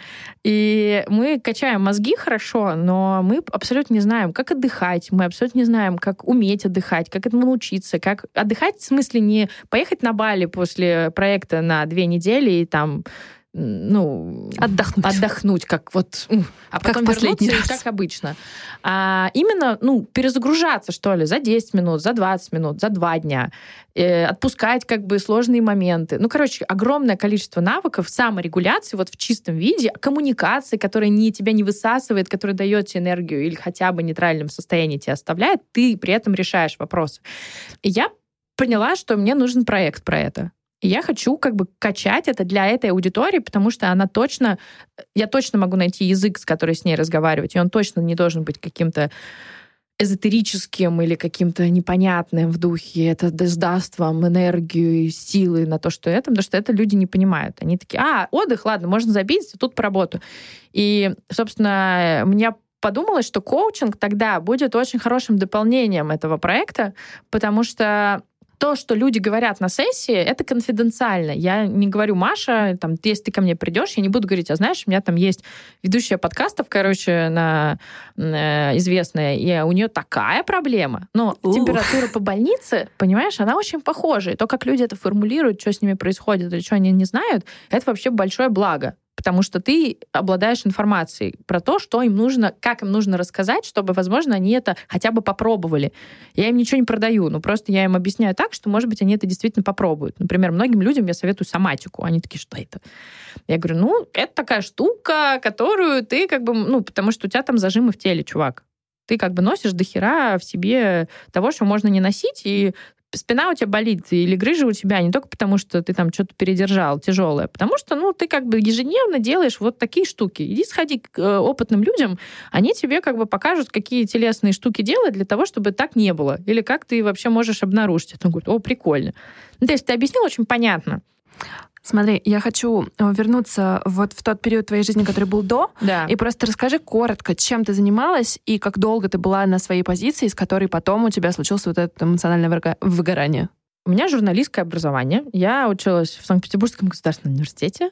И мы качаем мозги хорошо, но мы абсолютно не знаем, как отдыхать. Мы абсолютно не знаем, как уметь отдыхать, как этому научиться. Как отдыхать в смысле не поехать на Бали после проекта на две недели и там ну, отдохнуть. Отдохнуть, как вот, а потом как вернуться, раз. как обычно. А именно, ну, перезагружаться, что ли, за десять минут, за двадцать минут, за два дня. Э, отпускать как бы сложные моменты. Ну, короче, огромное количество навыков саморегуляции вот в чистом виде, коммуникации, которая не, тебя не высасывает, которая дает тебе энергию или хотя бы в нейтральном состоянии тебя оставляет, ты при этом решаешь вопросы. И я поняла, что мне нужен проект про это. И я хочу как бы качать это для этой аудитории, потому что она точно... Я точно могу найти язык, с которым с ней разговаривать, и он точно не должен быть каким-то эзотерическим или каким-то непонятным в духе. Это даст вам энергию и силы на то, что это, потому что это люди не понимают. Они такие, а, отдых, ладно, можно забить, тут поработаю. И, собственно, мне подумалось, что коучинг тогда будет очень хорошим дополнением этого проекта, потому что то, что люди говорят на сессии, это конфиденциально. Я не говорю, Маша, там, если ты ко мне придешь, я не буду говорить, а знаешь, у меня там есть ведущая подкастов, короче, на, на, известная, и у нее такая проблема. Но Ух. температура по больнице, понимаешь, она очень похожа. И то, как люди это формулируют, что с ними происходит или что они не знают, это вообще большое благо. Потому что ты обладаешь информацией про то, что им нужно, как им нужно рассказать, чтобы, возможно, они это хотя бы попробовали. Я им ничего не продаю, но просто я им объясняю так, что, может быть, они это действительно попробуют. Например, многим людям я советую соматику. Они такие, что это? Я говорю, ну, это такая штука, которую ты как бы, ну, потому что у тебя там зажимы в теле, чувак. Ты как бы носишь дохера в себе того, что можно не носить, и спина у тебя болит или грыжа у тебя не только потому, что ты там что-то передержал тяжелое, потому что, ну, ты как бы ежедневно делаешь вот такие штуки. Иди сходи к э, опытным людям, они тебе как бы покажут, какие телесные штуки делать для того, чтобы так не было. Или как ты вообще можешь обнаружить это. Он говорит, о, прикольно. Ну, то есть ты объяснил очень понятно. Смотри, я хочу вернуться вот в тот период твоей жизни, который был до, да. и просто расскажи коротко, чем ты занималась и как долго ты была на своей позиции, с которой потом у тебя случилось вот это эмоциональное выгорание. У меня журналистское образование. Я училась в Санкт-Петербургском государственном университете.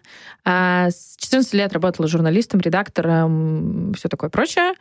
С четырнадцати лет работала журналистом, редактором, все такое прочее.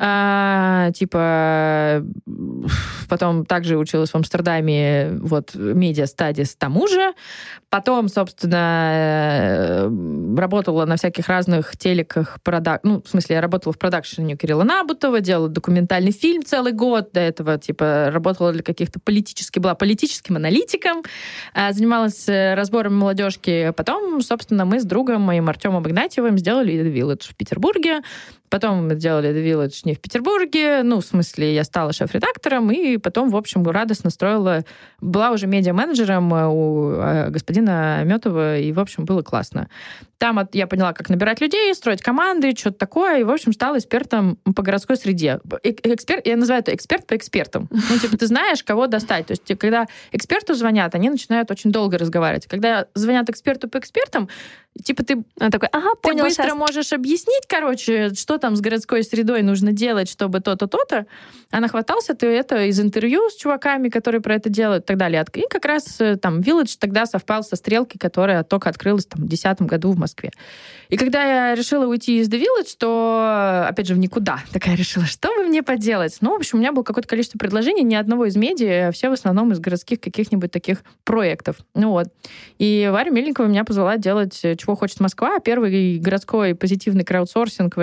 Типа потом также училась в Амстердаме, вот, медиа стадис тому же. Потом, собственно, работала на всяких разных телеках, продак... ну, в смысле, я работала в продакшене Кирилла Набутова, делала документальный фильм целый год. До этого, типа, работала для каких-то политических, была политическим аналитиком, занималась разбором молодежки. Потом, собственно, мы с другом моим Артемом Игнатьевым сделали The Village в Петербурге. Потом мы сделали The Village не в Петербурге. Ну, в смысле, я стала шеф-редактором, и потом, в общем, радостно строила... Была уже медиа-менеджером у господина Аметова, и, в общем, было классно. Там я поняла, как набирать людей, строить команды, что-то такое, и, в общем, стала экспертом по городской среде. Эксперт, я называю это эксперт по экспертам. Ну, типа, ты знаешь, кого достать. То есть, когда эксперту звонят, они начинают очень долго разговаривать. Когда звонят эксперту по экспертам, типа, ты, Он такой, ага, ты понял, быстро сейчас. можешь объяснить, короче, что там с городской средой нужно делать, чтобы то-то, то-то. А нахватался ты это из интервью с чуваками, которые про это делают, и так далее. И как раз там Village тогда совпал со Стрелкой, которая только открылась там, в две тысячи десятом году в Москве. И когда я решила уйти из The Village, то, опять же, в никуда такая решила, что бы мне поделать? Ну, в общем, у меня было какое-то количество предложений, ни одного из медиа, а все в основном из городских каких-нибудь таких проектов. Ну вот. И Варя Мельникова меня позвала делать «Чего хочет Москва», первый городской позитивный краудсорсинг вообще про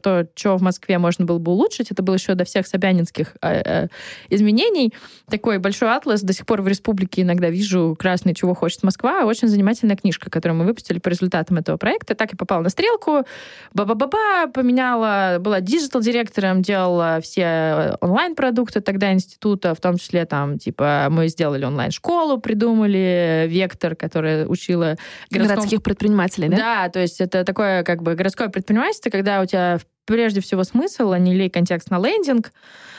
то, что в Москве можно было бы улучшить. Это было еще до всех собянинских э, э, изменений. Такой большой атлас. До сих пор в республике иногда вижу красный «Чего хочет Москва». Очень занимательная книжка, которую мы выпустили по результатам этого проекта. Так и попала на стрелку. Ба-ба-ба-ба, поменяла, была диджитал-директором, делала все онлайн-продукты тогда института, в том числе там, типа, мы сделали онлайн-школу, придумали «Вектор», которая учила городском... городских предпринимателей, да? Да, то есть это такое как бы городское предпринимательство, когда у тебя прежде всего смысл, а не лей контекст на лендинг.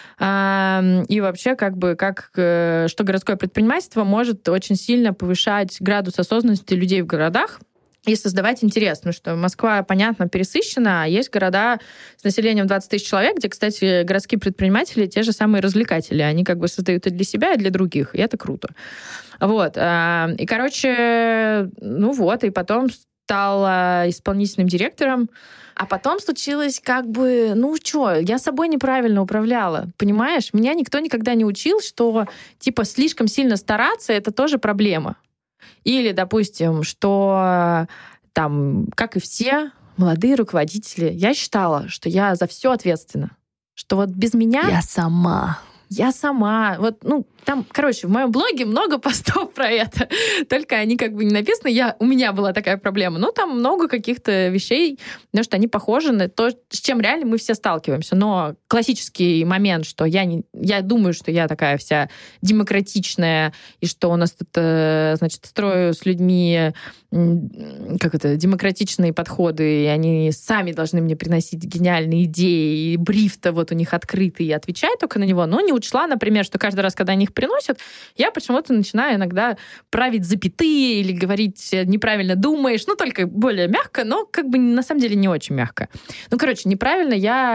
И вообще, как бы, как, что городское предпринимательство может очень сильно повышать градус осознанности людей в городах и создавать интерес. Потому что Москва, понятно, пересыщена, а есть города с населением двадцать тысяч человек, где, кстати, городские предприниматели те же самые развлекатели. Они как бы создают и для себя, и для других. И это круто. Вот. И, короче, ну вот, и потом стала исполнительным директором. А потом случилось как бы, ну что, я собой неправильно управляла, понимаешь? Меня никто никогда не учил, что типа слишком сильно стараться — это тоже проблема. Или, допустим, что там, как и все молодые руководители, я считала, что я за все ответственна. Что вот без меня... Я сама. Я сама. Вот, ну, там, короче, в моем блоге много постов про это. Только они как бы не написаны. Я, у меня была такая проблема. Но там много каких-то вещей, потому что они похожи на то, с чем реально мы все сталкиваемся. Но классический момент, что я, не, я думаю, что я такая вся демократичная, и что у нас тут, значит, строю с людьми как это, демократичные подходы, и они сами должны мне приносить гениальные идеи, и бриф-то вот у них открытый, и отвечать только на него. Но не учла, например, что каждый раз, когда они их приносят, я почему-то начинаю иногда править запятые или говорить неправильно думаешь, ну, только более мягко, но как бы на самом деле не очень мягко. Ну, короче, неправильно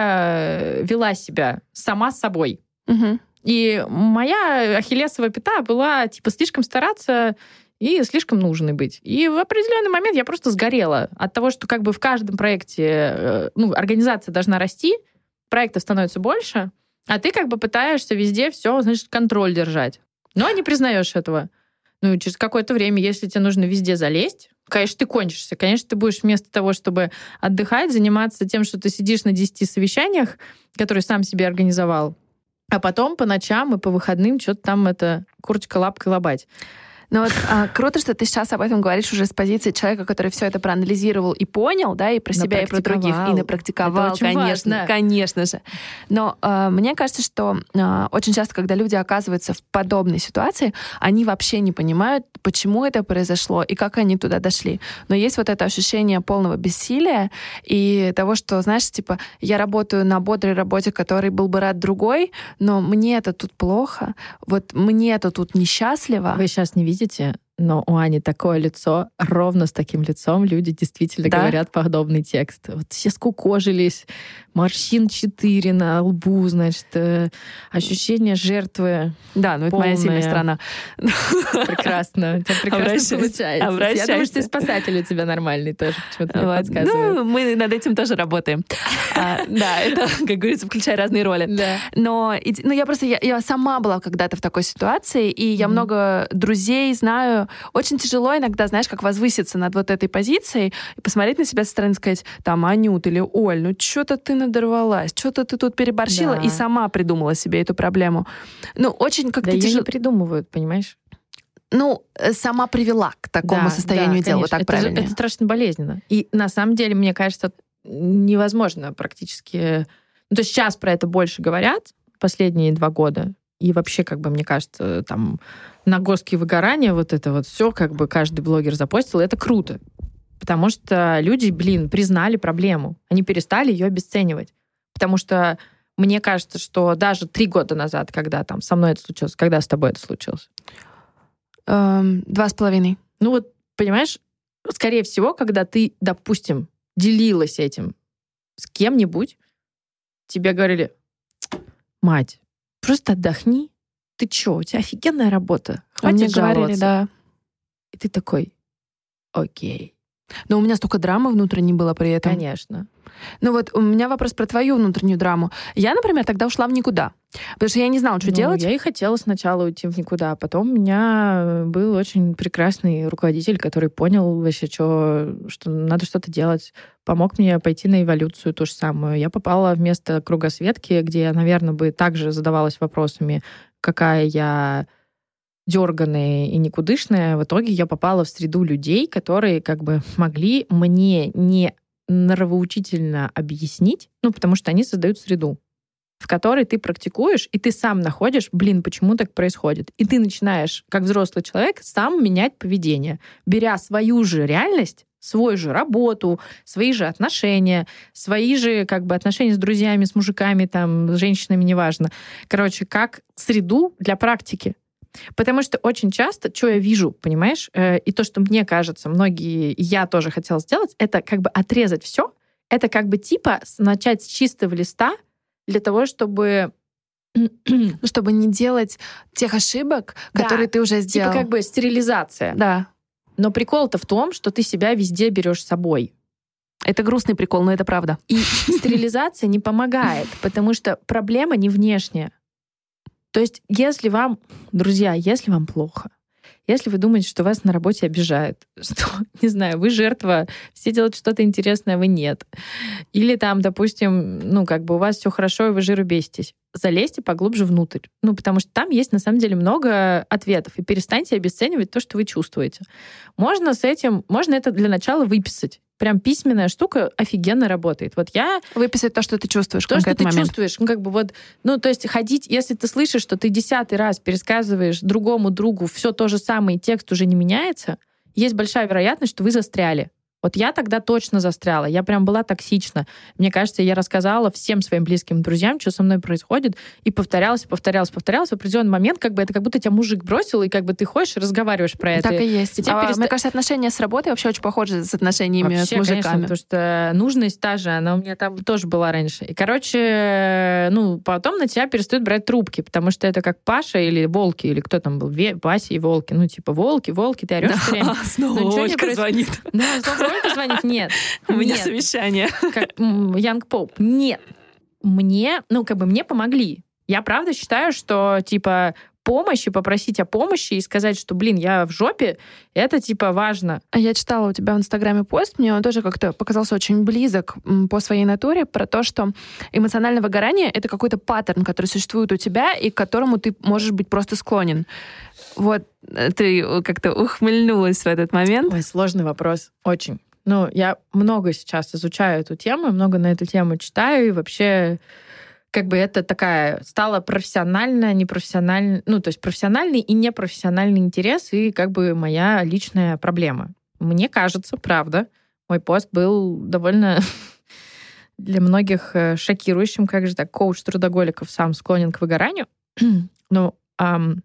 я вела себя сама с собой. Угу. И моя ахиллесова пята была, типа, слишком стараться и слишком нужной быть. И в определенный момент я просто сгорела от того, что как бы в каждом проекте, ну, организация должна расти, проектов становится больше, а ты как бы пытаешься везде все, значит, контроль держать. Но не признаешь этого. Ну, через какое-то время, если тебе нужно везде залезть, конечно, ты кончишься. Конечно, ты будешь вместо того, чтобы отдыхать, заниматься тем, что ты сидишь на десяти совещаниях, которые сам себе организовал, а потом по ночам и по выходным что-то там это курочка-лапкой лобать. Ну вот а, круто, что ты сейчас об этом говоришь уже с позиции человека, который все это проанализировал и понял, да, и про себя, и про других, и напрактиковал, конечно, важно. Конечно же. Но а, мне кажется, что а, очень часто, когда люди оказываются в подобной ситуации, они вообще не понимают, почему это произошло и как они туда дошли. Но есть вот это ощущение полного бессилия и того, что, знаешь, типа, я работаю на бодрой работе, которой был бы рад другой, но мне это тут плохо, вот мне это тут несчастливо. Вы сейчас не видите, но у Ани такое лицо, ровно с таким лицом люди действительно да? говорят подобный текст. Вот все скукожились, морщин четыре на лбу, значит, э, ощущение жертвы. Да, ну это моя сильная сторона. Прекрасно. У тебя прекрасно получается. Обращайся. Я думаю, что и спасатель у тебя нормальный тоже, почему-то мне подсказывает. Ну, мы над этим тоже работаем. Да, это, как говорится, включая разные роли. Но я просто, я сама была когда-то в такой ситуации, и я много друзей знаю. Очень тяжело иногда, знаешь, как возвыситься над вот этой позицией и посмотреть на себя со стороны и сказать, там, Анют или Оль, ну что-то ты надорвалась, что-то ты тут переборщила, да. И сама придумала себе эту проблему. Ну, очень как-то да тяжело. Ее не придумывают, понимаешь? Ну, сама привела к такому да, состоянию да, дела, так это правильно. Же, это страшно болезненно. И на самом деле, мне кажется, невозможно практически... Ну, то есть сейчас про это больше говорят, последние два года, и вообще, как бы, мне кажется, там, нагостки выгорания, вот это вот все, как бы, каждый блогер запостил, это круто. Потому что люди, блин, признали проблему. Они перестали ее обесценивать. Потому что мне кажется, что даже три года назад, когда там со мной это случилось, когда с тобой это случилось? Эм, два с половиной. Ну вот, понимаешь, скорее всего, когда ты, допустим, делилась этим с кем-нибудь, тебе говорили, мать, просто отдохни. Ты чё, у тебя офигенная работа. Хватит Мне жаловаться. Говорили, да. И ты такой, окей. Но у меня столько драмы внутренней было при этом. Конечно. Ну вот у меня вопрос про твою внутреннюю драму. Я, например, тогда ушла в никуда, потому что я не знала, что ну, делать. Я и хотела сначала уйти в никуда, а потом у меня был очень прекрасный руководитель, который понял вообще, что, что надо что-то делать, помог мне пойти на эволюцию ту же самую. Я попала в место кругосветки, где я, наверное, бы также задавалась вопросами, какая я дерганая и никудышная. В итоге я попала в среду людей, которые как бы могли мне не нравоучительно объяснить, ну, потому что они создают среду, в которой ты практикуешь, и ты сам находишь, блин, почему так происходит. И ты начинаешь, как взрослый человек, сам менять поведение, беря свою же реальность, свою же работу, свои же отношения, свои же как бы отношения с друзьями, с мужиками, там, с женщинами, неважно. Короче, как среду для практики. Потому что очень часто, что я вижу, понимаешь, э, и то, что мне кажется, многие, и я тоже хотела сделать, это как бы отрезать все, это как бы типа начать с чистого листа для того, чтобы... Чтобы не делать тех ошибок, Да, которые ты уже сделал. Типа как бы стерилизация. Да. Но прикол-то в том, что ты себя везде берешь с собой. Это грустный прикол, но это правда. И стерилизация не помогает, потому что проблема не внешняя. То есть, если вам, друзья, если вам плохо, если вы думаете, что вас на работе обижают, что, не знаю, вы жертва, все делают что-то интересное, а вы нет. Или там, допустим, ну, как бы у вас все хорошо, и вы жиру беситесь. Залезьте поглубже внутрь. Ну, потому что там есть, на самом деле, много ответов. И перестаньте обесценивать то, что вы чувствуете. Можно с этим, можно это для начала выписать. Прям письменная штука офигенно работает. Вот я... Выписать то, что ты чувствуешь в То, что ты момент. чувствуешь. Ну, как бы вот... Ну, то есть ходить... Если ты слышишь, что ты десятый раз пересказываешь другому другу все то же самое, и текст уже не меняется, есть большая вероятность, что вы застряли. Вот я тогда точно застряла. Я прям была токсична. Мне кажется, я рассказала всем своим близким друзьям, что со мной происходит, и повторялась, повторялась, повторялась. В определенный момент как бы это как будто тебя мужик бросил, и как бы ты ходишь и разговариваешь про это. Так и есть. И А, переста... Мне кажется, отношения с работой вообще очень похожи с отношениями Вообще, с мужиками. Конечно, потому что нужность та же, она у меня там тоже была раньше. И, короче, ну, потом на тебя перестают брать трубки, потому что это как Паша или Волки, или кто там был, Ве... Вася и Волки. Ну, типа, Волки, Волки, ты орешь все время. Снова Ольга звонит. Да, снова Ольга звонит. Нет. У меня Нет. совещание. Как Янг Поп. Нет. Мне, ну, как бы мне помогли. Я правда считаю, что, типа, помощь и попросить о помощи и сказать, что, блин, я в жопе, это, типа, важно. Я читала у тебя в Инстаграме пост, мне он тоже как-то показался очень близок по своей натуре, про то, что эмоциональное выгорание — это какой-то паттерн, который существует у тебя и к которому ты можешь быть просто склонен. Вот ты как-то ухмыльнулась в этот момент. Ой, сложный вопрос. Очень. Ну, я много сейчас изучаю эту тему, много на эту тему читаю, и вообще как бы это такая стала профессиональная, непрофессиональная, ну, то есть профессиональный и непрофессиональный интерес, и как бы моя личная проблема. Мне кажется, правда, мой пост был довольно для многих шокирующим, как же так, коуч трудоголиков сам склонен к выгоранию. Но эм,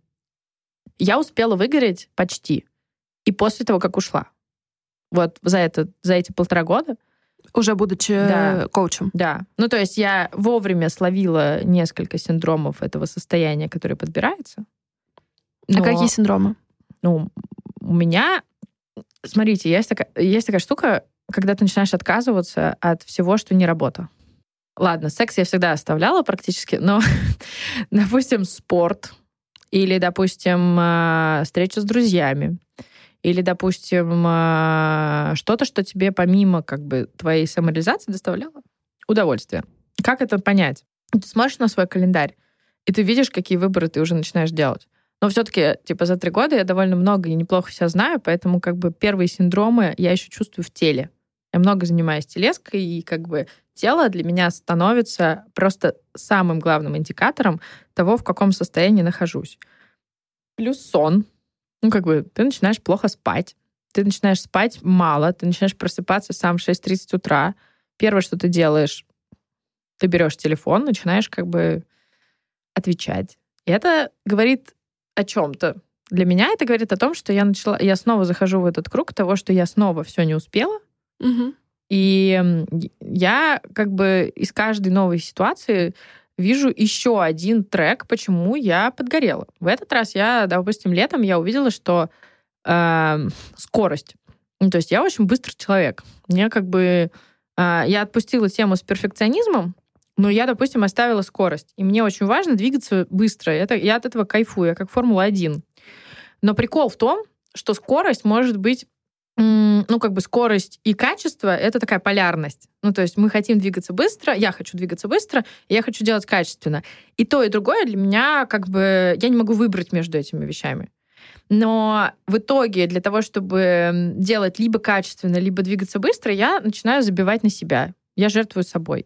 я успела выгореть почти и после того, как ушла. Вот за, это, за эти полтора года. Уже будучи да. коучем. Да. Ну, то есть я вовремя словила несколько синдромов этого состояния, которое подбирается. Но, а какие синдромы? Ну, у меня... Смотрите, есть такая, есть такая штука, когда ты начинаешь отказываться от всего, что не работа. Ладно, секс я всегда оставляла практически, но, допустим, спорт или, допустим, встреча с друзьями, или, допустим, что-то, что тебе помимо как бы твоей самореализации доставляло удовольствие. Как это понять? Ты смотришь на свой календарь, и ты видишь, какие выборы ты уже начинаешь делать. Но все-таки, типа, за три года я довольно много и неплохо себя знаю, поэтому как бы первые синдромы я еще чувствую в теле. Я много занимаюсь телеской, и как бы тело для меня становится просто самым главным индикатором того, в каком состоянии нахожусь. Плюс сон. Ну, как бы ты начинаешь плохо спать, ты начинаешь спать мало, ты начинаешь просыпаться сам в шесть тридцать утра. Первое, что ты делаешь, ты берешь телефон, начинаешь как бы отвечать. И это говорит о чем-то. Для меня это говорит о том, что я начала, я снова захожу в этот круг того, что я снова все не успела. Угу. И я как бы из каждой новой ситуации вижу еще один трек, почему я подгорела. В этот раз я, допустим, летом я увидела, что э, скорость. Ну, то есть я очень быстрый человек. Мне как бы... Э, я отпустила тему с перфекционизмом, но я, допустим, оставила скорость. И мне очень важно двигаться быстро. Это, я от этого кайфую, я как Формула один. Но прикол в том, что скорость может быть... М- ну, как бы скорость и качество — это такая полярность. Ну, то есть мы хотим двигаться быстро, я хочу двигаться быстро, и я хочу делать качественно. И то, и другое для меня как бы... Я не могу выбрать между этими вещами. Но в итоге для того, чтобы делать либо качественно, либо двигаться быстро, я начинаю забивать на себя. Я жертвую собой.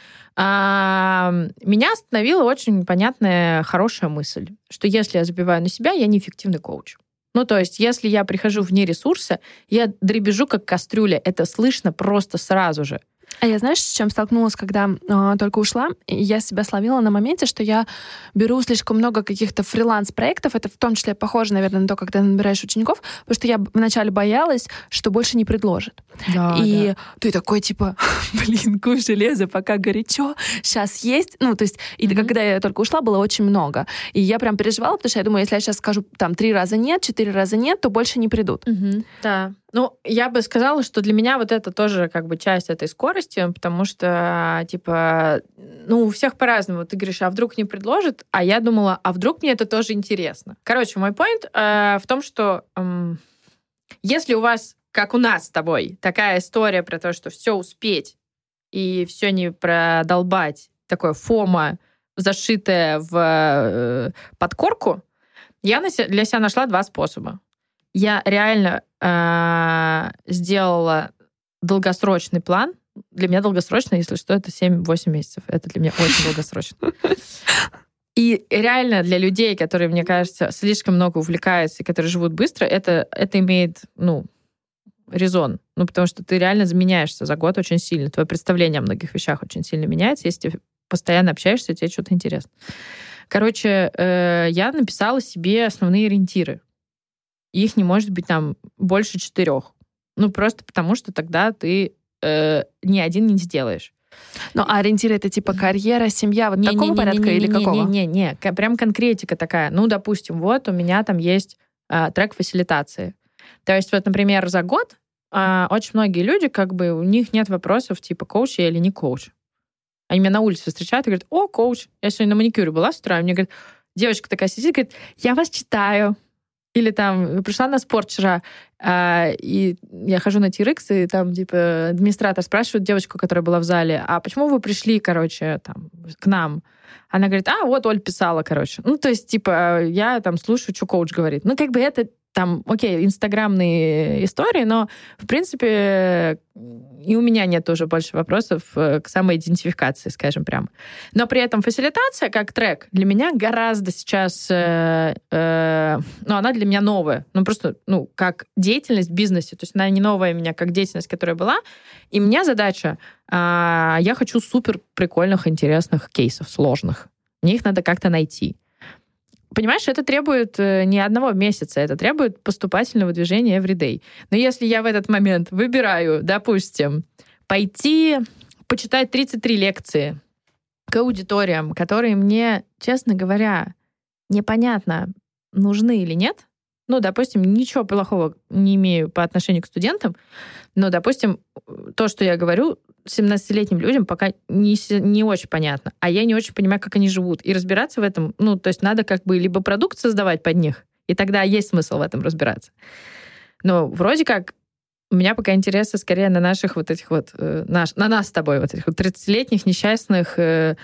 А, меня остановила очень понятная, хорошая мысль, что если я забиваю на себя, я неэффективный коуч. Ну, то есть, если я прихожу вне ресурса, я дребезжу, как кастрюля. Это слышно просто сразу же. А я, знаешь, с чем столкнулась, когда э, только ушла? Я себя словила на моменте, что я беру слишком много каких-то фриланс-проектов. Это в том числе похоже, наверное, на то, когда ты набираешь учеников, потому что я вначале боялась, что больше не предложат. Да, и да. ты такой, типа, блин, куй железо, пока горячо, сейчас есть. Ну, то есть, и mm-hmm. когда я только ушла, было очень много. И я прям переживала, потому что я думаю, если я сейчас скажу там три раза нет, четыре раза нет, то больше не придут. Mm-hmm. Да. Ну, я бы сказала, что для меня вот это тоже как бы часть этой скорости, потому что, типа, ну, у всех по-разному. Ты говоришь, а вдруг не предложат? А я думала, а вдруг мне это тоже интересно? Короче, мой поинт э, в том, что э, если у вас, как у нас с тобой, такая история про то, что все успеть и все не продолбать, такое фома, зашитое в э, подкорку, я для себя нашла два способа. Я реально э, сделала долгосрочный план. Для меня долгосрочно, если что, это семь-восемь месяцев. Это для меня очень долгосрочно. И реально для людей, которые, мне кажется, слишком много увлекаются и которые живут быстро, это, это имеет, ну, резон. Ну, потому что ты реально заменяешься за год очень сильно. Твое представление о многих вещах очень сильно меняется. Если ты постоянно общаешься, тебе что-то интересно. Короче, э, я написала себе основные ориентиры. Их не может быть там больше четырех. Ну, просто потому что тогда ты э, ни один не сделаешь. Ну, а ориентиры — это типа карьера, семья, вот не, такого не, не, порядка не, не, или не, какого? Не-не-не, прям конкретика такая. Ну, допустим, вот у меня там есть э, трек фасилитации. То есть вот, например, за год э, очень многие люди, как бы, у них нет вопросов типа коуч я или не коуч. Они меня на улице встречают и говорят, о, коуч. Я сегодня на маникюре была с утра, и мне говорят, девочка такая сидит, говорит, я вас читаю. Или там пришла на спорт вчера, а, и я хожу на ти эр икс, и там типа администратор спрашивает девочку, которая была в зале, а почему вы пришли, короче, там, к нам? Она говорит, а, вот Оль писала, короче. Ну, то есть, типа, я там слушаю, что коуч говорит. Ну, как бы это там, окей, инстаграмные истории, но, в принципе, и у меня нет тоже больше вопросов к самоидентификации, скажем прямо. Но при этом фасилитация как трек для меня гораздо сейчас... Э, э, ну, она для меня новая. Ну, просто, ну, как деятельность в бизнесе. То есть она не новая у меня, как деятельность, которая была. И у меня задача... Э, я хочу супер прикольных, интересных кейсов, сложных. Мне их надо как-то найти. Понимаешь, это требует не одного месяца, это требует поступательного движения everyday. Но если я в этот момент выбираю, допустим, пойти почитать тридцать три лекции к аудиториям, которые мне, честно говоря, непонятно, нужны или нет, ну, допустим, ничего плохого не имею по отношению к студентам, но, допустим, то, что я говорю, семнадцатилетним людям пока не, не очень понятно. А я не очень понимаю, как они живут. И разбираться в этом, ну, то есть надо как бы либо продукт создавать под них, и тогда есть смысл в этом разбираться. Но вроде как у меня пока интересы скорее на наших вот этих вот, э, наш, на нас с тобой, вот этих вот тридцатилетних несчастных э,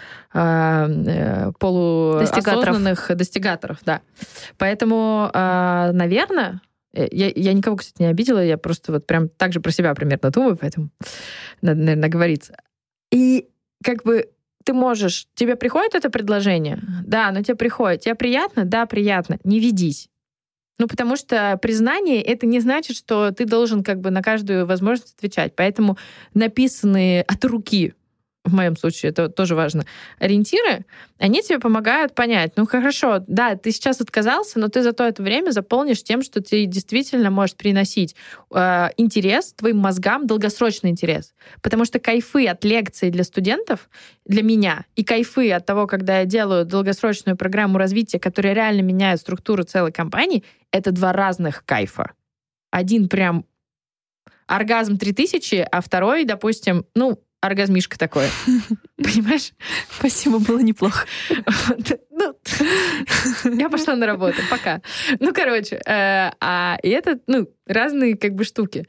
э, полуосознанных достигаторов, да. Поэтому, э, наверное... Я, я никого, кстати, не обидела, я просто вот прям так же про себя примерно думаю, поэтому надо, наверное, говориться. И как бы ты можешь... Тебе приходит это предложение? Да, оно тебе приходит. Тебе приятно? Да, приятно. Не ведись. Ну, потому что признание — это не значит, что ты должен как бы на каждую возможность отвечать. Поэтому написанные от руки, в моем случае, это тоже важно, ориентиры, они тебе помогают понять, ну хорошо, да, ты сейчас отказался, но ты зато это время заполнишь тем, что ты действительно можешь приносить э, интерес твоим мозгам, долгосрочный интерес. Потому что кайфы от лекций для студентов, для меня, и кайфы от того, когда я делаю долгосрочную программу развития, которая реально меняет структуру целой компании, это два разных кайфа. Один прям оргазм три тысячи, а второй, допустим, ну, оргазмишка такой. Понимаешь? Спасибо, было неплохо. Я пошла на работу. Пока. Ну, короче, а это, ну, разные как бы штуки.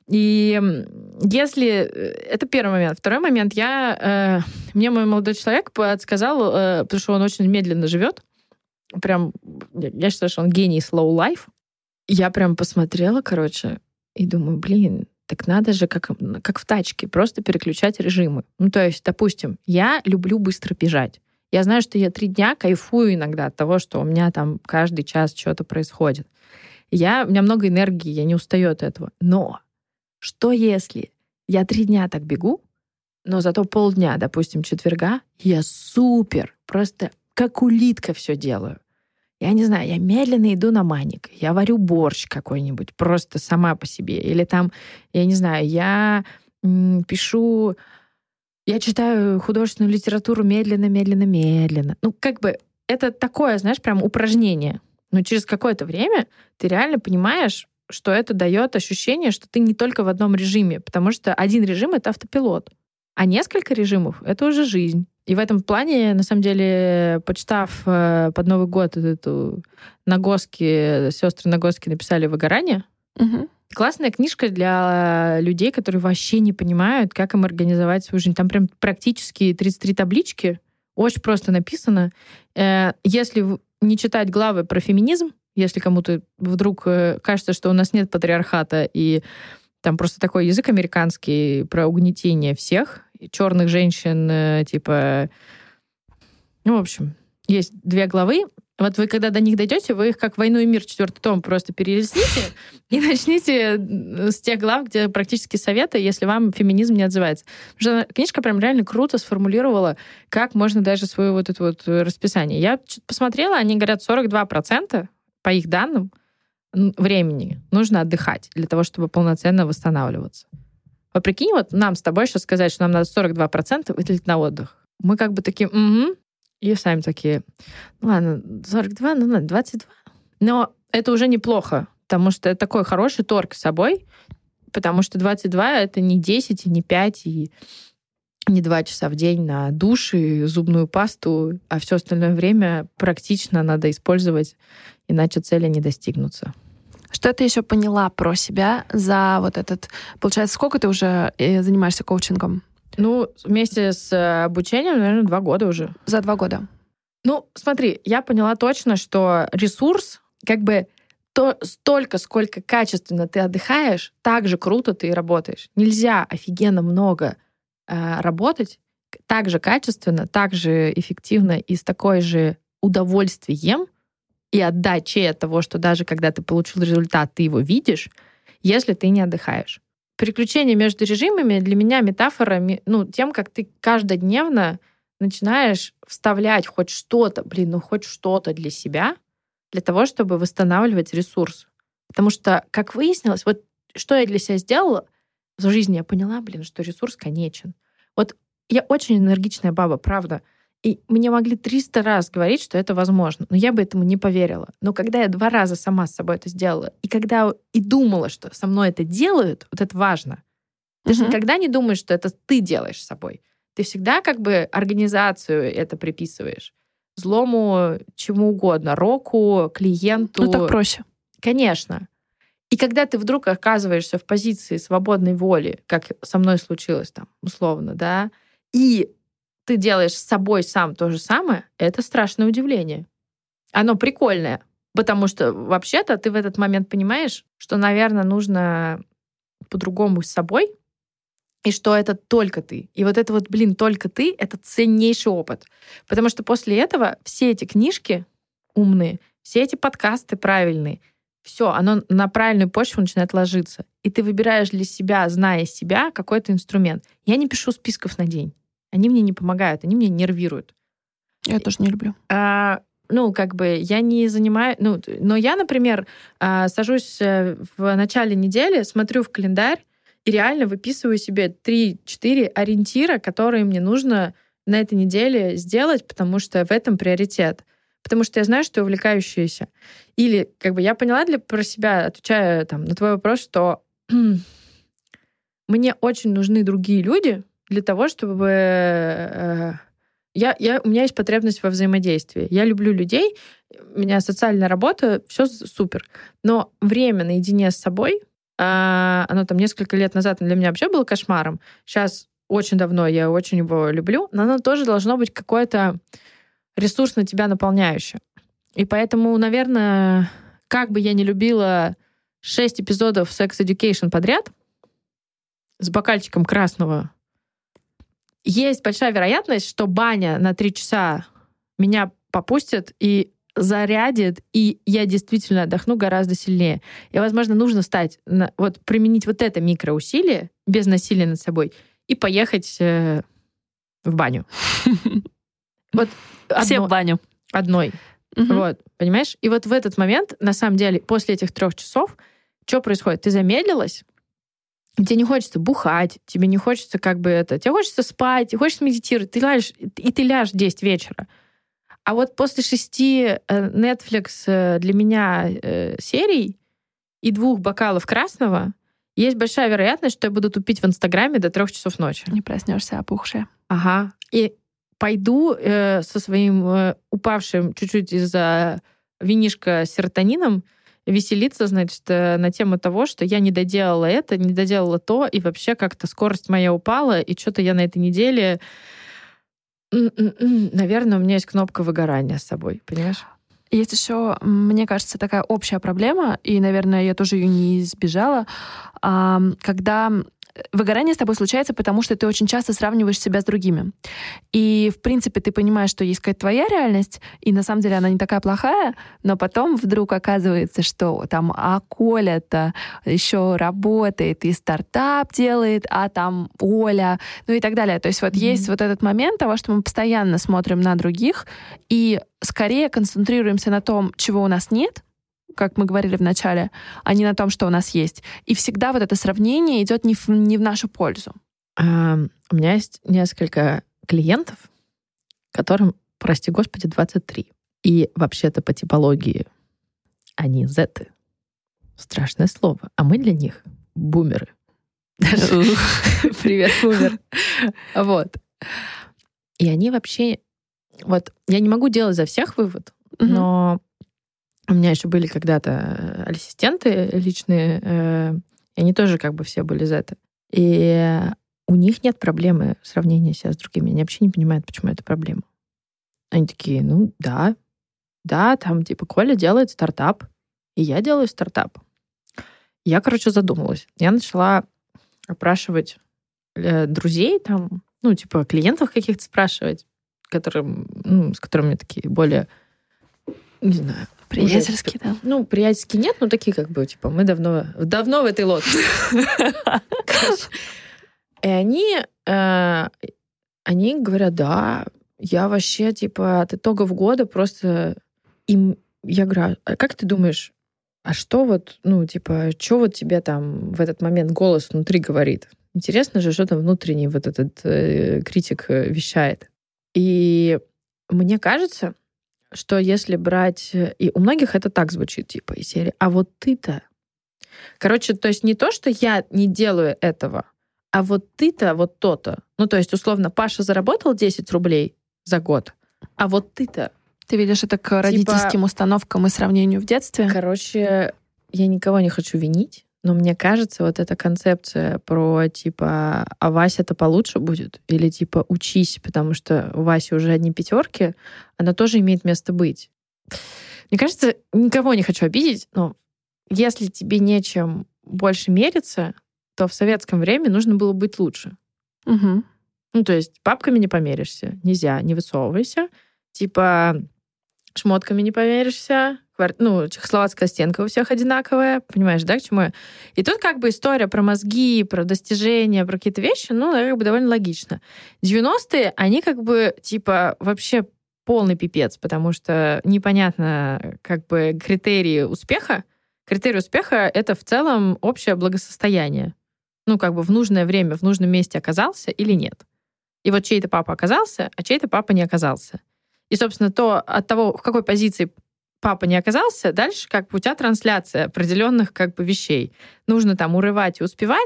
И если... Это первый момент. Второй момент. Я... Мне мой молодой человек подсказал, потому что он очень медленно живет. Прям... Я считаю, что он гений slow life. Я прям посмотрела, короче, и думаю, блин, так надо же, как, как в тачке, просто переключать режимы. Ну, то есть, допустим, я люблю быстро бежать. Я знаю, что я три дня кайфую иногда от того, что у меня там каждый час что-то происходит. Я, у меня много энергии, я не устаю от этого. Но что если я три дня так бегу, но зато полдня, допустим, четверга, я супер, просто как улитка все делаю. Я не знаю, я медленно иду на маник, я варю борщ какой-нибудь, просто сама по себе. Или там, я не знаю, я м, пишу, я читаю художественную литературу медленно, медленно, медленно. Ну, как бы это такое, знаешь, прям упражнение. Но через какое-то время ты реально понимаешь, что это дает ощущение, что ты не только в одном режиме, потому что один режим — это автопилот, а несколько режимов — это уже жизнь. И в этом плане, на самом деле, почитав э, под Новый год эту Нагоски, сестры Нагоски написали «Выгорание», Угу. классная книжка для людей, которые вообще не понимают, как им организовать свою жизнь. Там прям практически тридцать три таблички, очень просто написано. Э, если не читать главы про феминизм, если кому-то вдруг э, кажется, что у нас нет патриархата, и там просто такой язык американский про угнетение всех, черных женщин, типа... Ну, в общем, есть две главы. Вот вы, когда до них дойдете, вы их как «Войну и мир» четвертый том просто перелистните и начните с тех глав, где практически советы, если вам феминизм не отзывается. Потому что книжка прям реально круто сформулировала, как можно даже свое вот это вот расписание. Я посмотрела, они говорят, сорок два процента, по их данным, времени нужно отдыхать для того, чтобы полноценно восстанавливаться. Вот прикинь, вот нам с тобой сейчас сказать, что нам надо сорок два процента выделить на отдых. Мы как бы такие, угу, и сами такие, ну ладно, сорок два, ну ладно, двадцать два. Но это уже неплохо, потому что это такой хороший торг с собой, потому что двадцать два — это не десять, и не пять, и не два часа в день на душ и зубную пасту, а все остальное время практично надо использовать, иначе цели не достигнутся. Что ты еще поняла про себя за вот этот... Получается, сколько ты уже занимаешься коучингом? Ну, вместе с обучением, наверное, два года уже. За два года. Ну, смотри, я поняла точно, что ресурс, как бы то, столько, сколько качественно ты отдыхаешь, так же круто ты и работаешь. Нельзя офигенно много э, работать так же качественно, так же эффективно и с такой же удовольствием, и отдачей от того, что даже когда ты получил результат, ты его видишь, если ты не отдыхаешь. Переключение между режимами для меня метафора, ну, тем, как ты каждодневно начинаешь вставлять хоть что-то, блин, ну хоть что-то для себя, для того, чтобы восстанавливать ресурс. Потому что, как выяснилось, вот что я для себя сделала в жизни, я поняла, блин, что ресурс конечен. Вот я очень энергичная баба, правда. И мне могли триста раз говорить, что это возможно, но я бы этому не поверила. Но когда я два раза сама с собой это сделала, и когда и думала, что со мной это делают, вот это важно. Ты же никогда не думаешь, что это ты делаешь с собой. Ты всегда как бы организацию это приписываешь. Злому чему угодно, року, клиенту. Ну, так проще. Конечно. И когда ты вдруг оказываешься в позиции свободной воли, как со мной случилось там, условно, да, и ты делаешь с собой сам то же самое, это страшное удивление. Оно прикольное, потому что вообще-то ты в этот момент понимаешь, что, наверное, нужно по-другому с собой, и что это только ты. И вот это вот, блин, только ты — это ценнейший опыт. Потому что после этого все эти книжки умные, все эти подкасты правильные, все, оно на правильную почву начинает ложиться. И ты выбираешь для себя, зная себя, какой-то инструмент. Я не пишу списков на день. Они мне не помогают, они меня нервируют. Я тоже не люблю. А, ну, как бы я не занимаю... Ну, но я, например, сажусь в начале недели, смотрю в календарь и реально выписываю себе три-четыре ориентира, которые мне нужно на этой неделе сделать, потому что в этом приоритет. Потому что я знаю, что я увлекающаяся. Или как бы я поняла для, про себя, отвечая там, на твой вопрос, что мне очень нужны другие люди для того, чтобы... Э, я, я, у меня есть потребность во взаимодействии. Я люблю людей, у меня социальная работа, все супер. Но время наедине с собой, э, оно там несколько лет назад для меня вообще было кошмаром. Сейчас очень давно я очень его люблю, но оно тоже должно быть какое-то ресурсно тебя наполняющее. И поэтому, наверное, как бы я не любила шесть эпизодов Sex Education подряд с бокальчиком красного, есть большая вероятность, что баня на три часа меня попустит и зарядит, и я действительно отдохну гораздо сильнее. И, возможно, нужно стать, вот применить вот это микроусилие без насилия над собой и поехать э, в баню. Вот все в баню. Одной. Угу. Вот, понимаешь? И вот в этот момент, на самом деле, после этих трех часов, что происходит? Ты замедлилась, тебе не хочется бухать, тебе не хочется как бы это... Тебе хочется спать, тебе хочется медитировать, ты ляжешь, и ты ляжешь в десять вечера. А вот после шести Netflix для меня серий и двух бокалов красного есть большая вероятность, что я буду тупить в Инстаграме до трех часов ночи. Не проснешься опухшая. Ага. И пойду э, со своим э, упавшим чуть-чуть из-за винишка серотонином веселиться, значит, э, на тему того, что я не доделала это, не доделала то, и вообще как-то скорость моя упала, и что-то я на этой неделе... М-м-м, наверное, у меня есть кнопка выгорания с собой, понимаешь? Есть еще, мне кажется, такая общая проблема, и, наверное, я тоже ее не избежала, когда выгорание с тобой случается, потому что ты очень часто сравниваешь себя с другими. И, в принципе, ты понимаешь, что есть какая-то твоя реальность, и на самом деле она не такая плохая, но потом вдруг оказывается, что там, а Коля-то еще работает и стартап делает, а там Оля, ну и так далее. То есть вот mm-hmm. есть вот этот момент того, что мы постоянно смотрим на других и скорее концентрируемся на том, чего у нас нет, как мы говорили в начале, а не на том, что у нас есть. И всегда вот это сравнение идет не в, не в нашу пользу. А, у меня есть несколько клиентов, которым, прости господи, двадцать три. И вообще-то по типологии они зеты. Страшное слово. А мы для них бумеры. Привет, бумер. Вот. И они вообще... Вот я не могу делать за всех вывод, но... У меня еще были когда-то ассистенты личные, э, и они тоже как бы все были зеты. И у них нет проблемы сравнения себя с другими. Они вообще не понимают, почему это проблема. Они такие, ну да, да, там типа Коля делает стартап, и я делаю стартап. Я, короче, задумалась. Я начала опрашивать э, друзей, там, ну, типа клиентов каких-то спрашивать, которым, ну, с которыми такие более, не знаю, приятельские, да? Ну, приятельские нет, но такие как бы, типа, мы давно, давно в этой лодке. И они, э, они говорят, да, я вообще, типа, от итогов года просто им... Я говорю, а как ты думаешь, а что вот, ну, типа, что вот тебе там в этот момент голос внутри говорит? Интересно же, что там внутренний вот этот э, критик вещает. И мне кажется, что если брать... И у многих это так звучит, типа, из серии, а вот ты-то... Короче, то есть не то, что я не делаю этого, а вот ты-то вот то-то. Ну, то есть, условно, Паша заработал десять рублей за год, а вот ты-то... Ты видишь это к родительским типа, установкам и сравнению в детстве? Короче, я никого не хочу винить, но мне кажется, вот эта концепция про, типа, а Вася-то получше будет? Или, типа, учись, потому что у Васи уже одни пятерки, она тоже имеет место быть. Мне кажется, никого не хочу обидеть, но если тебе нечем больше мериться, то в советском времени нужно было быть лучше. Угу. Ну, то есть папками не померишься, нельзя, не высовывайся. Типа шмотками не померишься. Ну, чехословацкая стенка у всех одинаковая. Понимаешь, да, к чему я? И тут как бы история про мозги, про достижения, про какие-то вещи, ну, как бы довольно логично. девяностые, они как бы, типа, вообще полный пипец, потому что непонятно, как бы, критерии успеха. Критерий успеха — это в целом общее благосостояние. Ну, как бы в нужное время, в нужном месте оказался или нет. И вот чей-то папа оказался, а чей-то папа не оказался. И, собственно, то от того, в какой позиции папа не оказался, дальше как бы у тебя трансляция определенных как бы вещей. Нужно там урывать и успевать,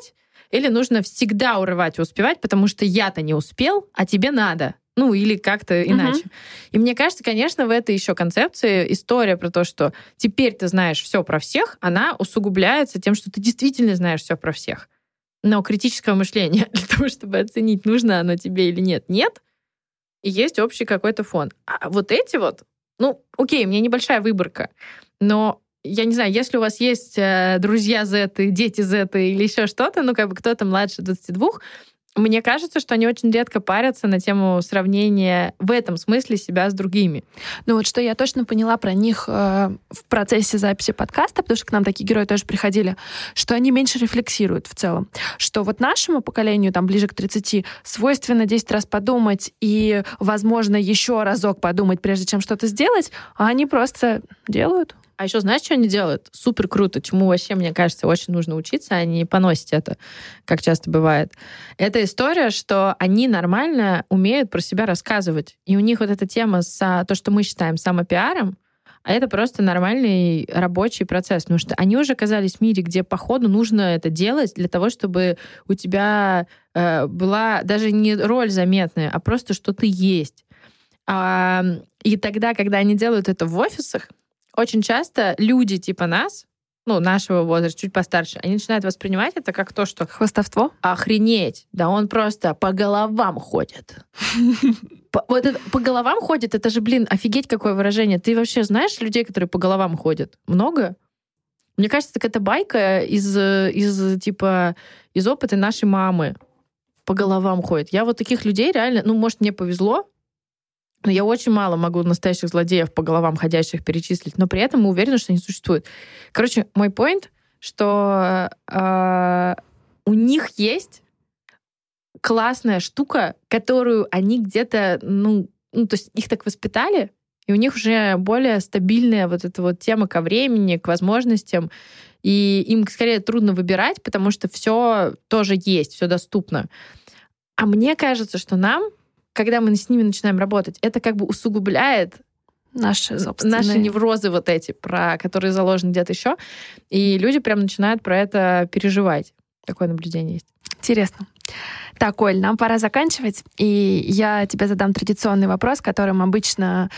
или нужно всегда урывать и успевать, потому что я-то не успел, а тебе надо. Ну, или как-то иначе. Uh-huh. И мне кажется, конечно, в этой еще концепции история про то, что теперь ты знаешь все про всех, она усугубляется тем, что ты действительно знаешь все про всех. Но критического мышления для того, чтобы оценить, нужно оно тебе или нет, нет. И есть общий какой-то фон. А вот эти вот, ну, окей, у меня небольшая выборка, но я не знаю, если у вас есть э, друзья зеты, дети зеты или еще что-то, ну, как бы кто-то младше двадцати двух, мне кажется, что они очень редко парятся на тему сравнения в этом смысле себя с другими. Ну вот что я точно поняла про них э, в процессе записи подкаста, потому что к нам такие герои тоже приходили, что они меньше рефлексируют в целом. Что вот нашему поколению, там, ближе к тридцати, свойственно десять раз подумать и, возможно, еще разок подумать, прежде чем что-то сделать, а они просто делают. А еще знаешь, что они делают? Супер круто, чему вообще, мне кажется, очень нужно учиться, а не поносить это, как часто бывает. Это история, что они нормально умеют про себя рассказывать. И у них вот эта тема с то, что мы считаем самопиаром, а это просто нормальный рабочий процесс. Потому что они уже оказались в мире, где, походу, нужно это делать для того, чтобы у тебя э, была даже не роль заметная, а просто что ты есть. А, и тогда, когда они делают это в офисах, очень часто люди типа нас, ну, нашего возраста, чуть постарше, они начинают воспринимать это как то, что... Хвастовство? Охренеть! Да он просто по головам ходит. Вот это по головам ходит, это же, блин, офигеть, какое выражение. Ты вообще знаешь людей, которые по головам ходят? Много? Мне кажется, так это байка из, из типа, из опыта нашей мамы. По головам ходит. Я вот таких людей реально, ну, может, мне повезло, но я очень мало могу настоящих злодеев по головам ходящих перечислить, но при этом мы уверены, что они существуют. Короче, мой поинт, что э, у них есть классная штука, которую они где-то, ну, ну, то есть их так воспитали, и у них уже более стабильная вот эта вот тема ко времени, к возможностям, и им скорее трудно выбирать, потому что все тоже есть, все доступно. А мне кажется, что нам, когда мы с ними начинаем работать, это как бы усугубляет наши собственные... наши неврозы вот эти, про которые заложены где-то еще, и люди прям начинают про это переживать. Такое наблюдение есть. Интересно. Так, Оль, нам пора заканчивать, и я тебе задам традиционный вопрос, которым обычно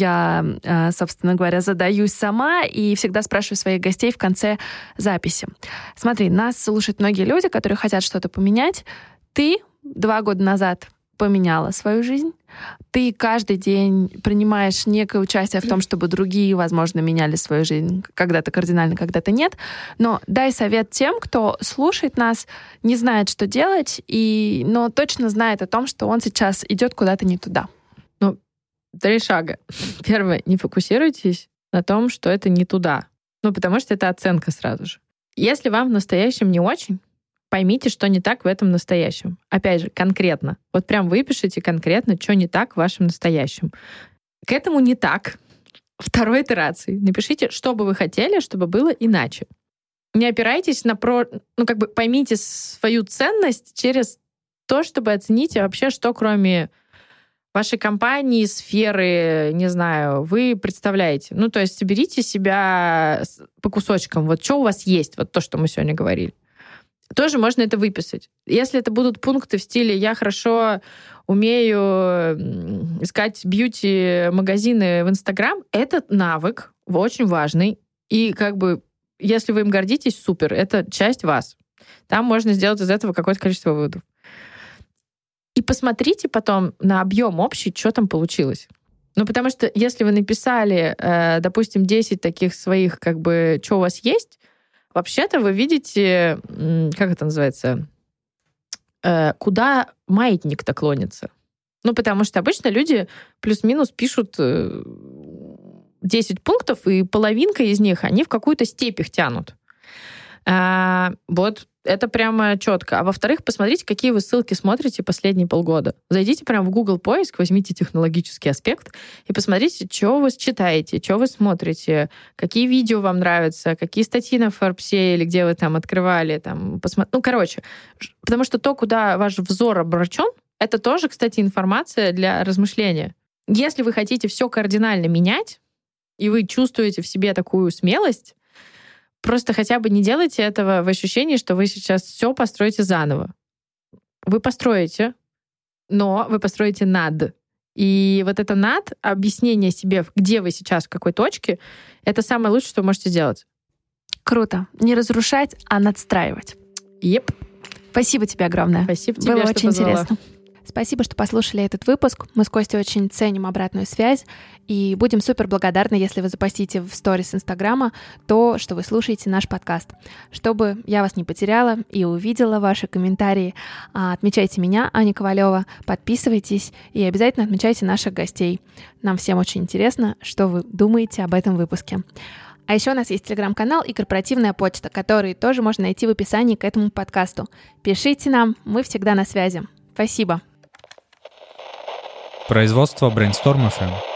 я, собственно говоря, задаюсь сама и всегда спрашиваю своих гостей в конце записи. Смотри, нас слушают многие люди, которые хотят что-то поменять. Ты два года назад поменяла свою жизнь. Ты каждый день принимаешь некое участие в том, чтобы другие, возможно, меняли свою жизнь. Когда-то кардинально, когда-то нет. Но дай совет тем, кто слушает нас, не знает, что делать, и, но точно знает о том, что он сейчас идет куда-то не туда. Ну, три шага. Первое. Не фокусируйтесь на том, что это не туда. Ну, потому что это оценка сразу же. Если вам в настоящем не очень, поймите, что не так в этом настоящем. Опять же, конкретно. Вот прям выпишите конкретно, что не так в вашем настоящем. К этому не так. Второй итерации. Напишите, что бы вы хотели, чтобы было иначе. Не опирайтесь на про... Ну, как бы поймите свою ценность через то, чтобы оценить вообще, что кроме вашей компании, сферы, не знаю, вы представляете. Ну, то есть соберите себя по кусочкам. Вот что у вас есть, вот то, что мы сегодня говорили. Тоже можно это выписать. Если это будут пункты в стиле «я хорошо умею искать бьюти-магазины в Инстаграм», это навык очень важный. И как бы, если вы им гордитесь, супер, это часть вас. Там можно сделать из этого какое-то количество выводов. И посмотрите потом на объем общий, что там получилось. Ну, потому что если вы написали, допустим, десять таких своих, как бы, что у вас есть, вообще-то вы видите, как это называется, куда маятник-то клонится. Ну, потому что обычно люди плюс-минус пишут десять пунктов, и половинка из них они в какую-то степь их тянут. А, вот это прямо четко. А во-вторых, посмотрите, какие вы ссылки смотрите последние полгода. Зайдите прямо в Google поиск, возьмите технологический аспект и посмотрите, что вы читаете, что вы смотрите, какие видео вам нравятся, какие статьи на Форбсе или где вы там открывали. Там, посмотри... Ну, короче, потому что то, куда ваш взор обращен, это тоже, кстати, информация для размышления. Если вы хотите все кардинально менять, и вы чувствуете в себе такую смелость, Просто хотя бы не делайте этого в ощущении, что вы сейчас все построите заново. Вы построите, но вы построите над. И вот это над, объяснение себе, где вы сейчас, в какой точке, это самое лучшее, что вы можете сделать. Круто. Не разрушать, а надстраивать. Еп. Спасибо тебе огромное. Спасибо тебе, Было что очень позвала. интересно. Спасибо, что послушали этот выпуск. Мы с Костей очень ценим обратную связь и будем супер благодарны, если вы запостите в сторис Инстаграма то, что вы слушаете наш подкаст. Чтобы я вас не потеряла и увидела ваши комментарии, отмечайте меня, Аня Ковалева, подписывайтесь и обязательно отмечайте наших гостей. Нам всем очень интересно, что вы думаете об этом выпуске. А еще у нас есть телеграм-канал и корпоративная почта, которые тоже можно найти в описании к этому подкасту. Пишите нам, мы всегда на связи. Спасибо. Производство Brainstorm эф эм.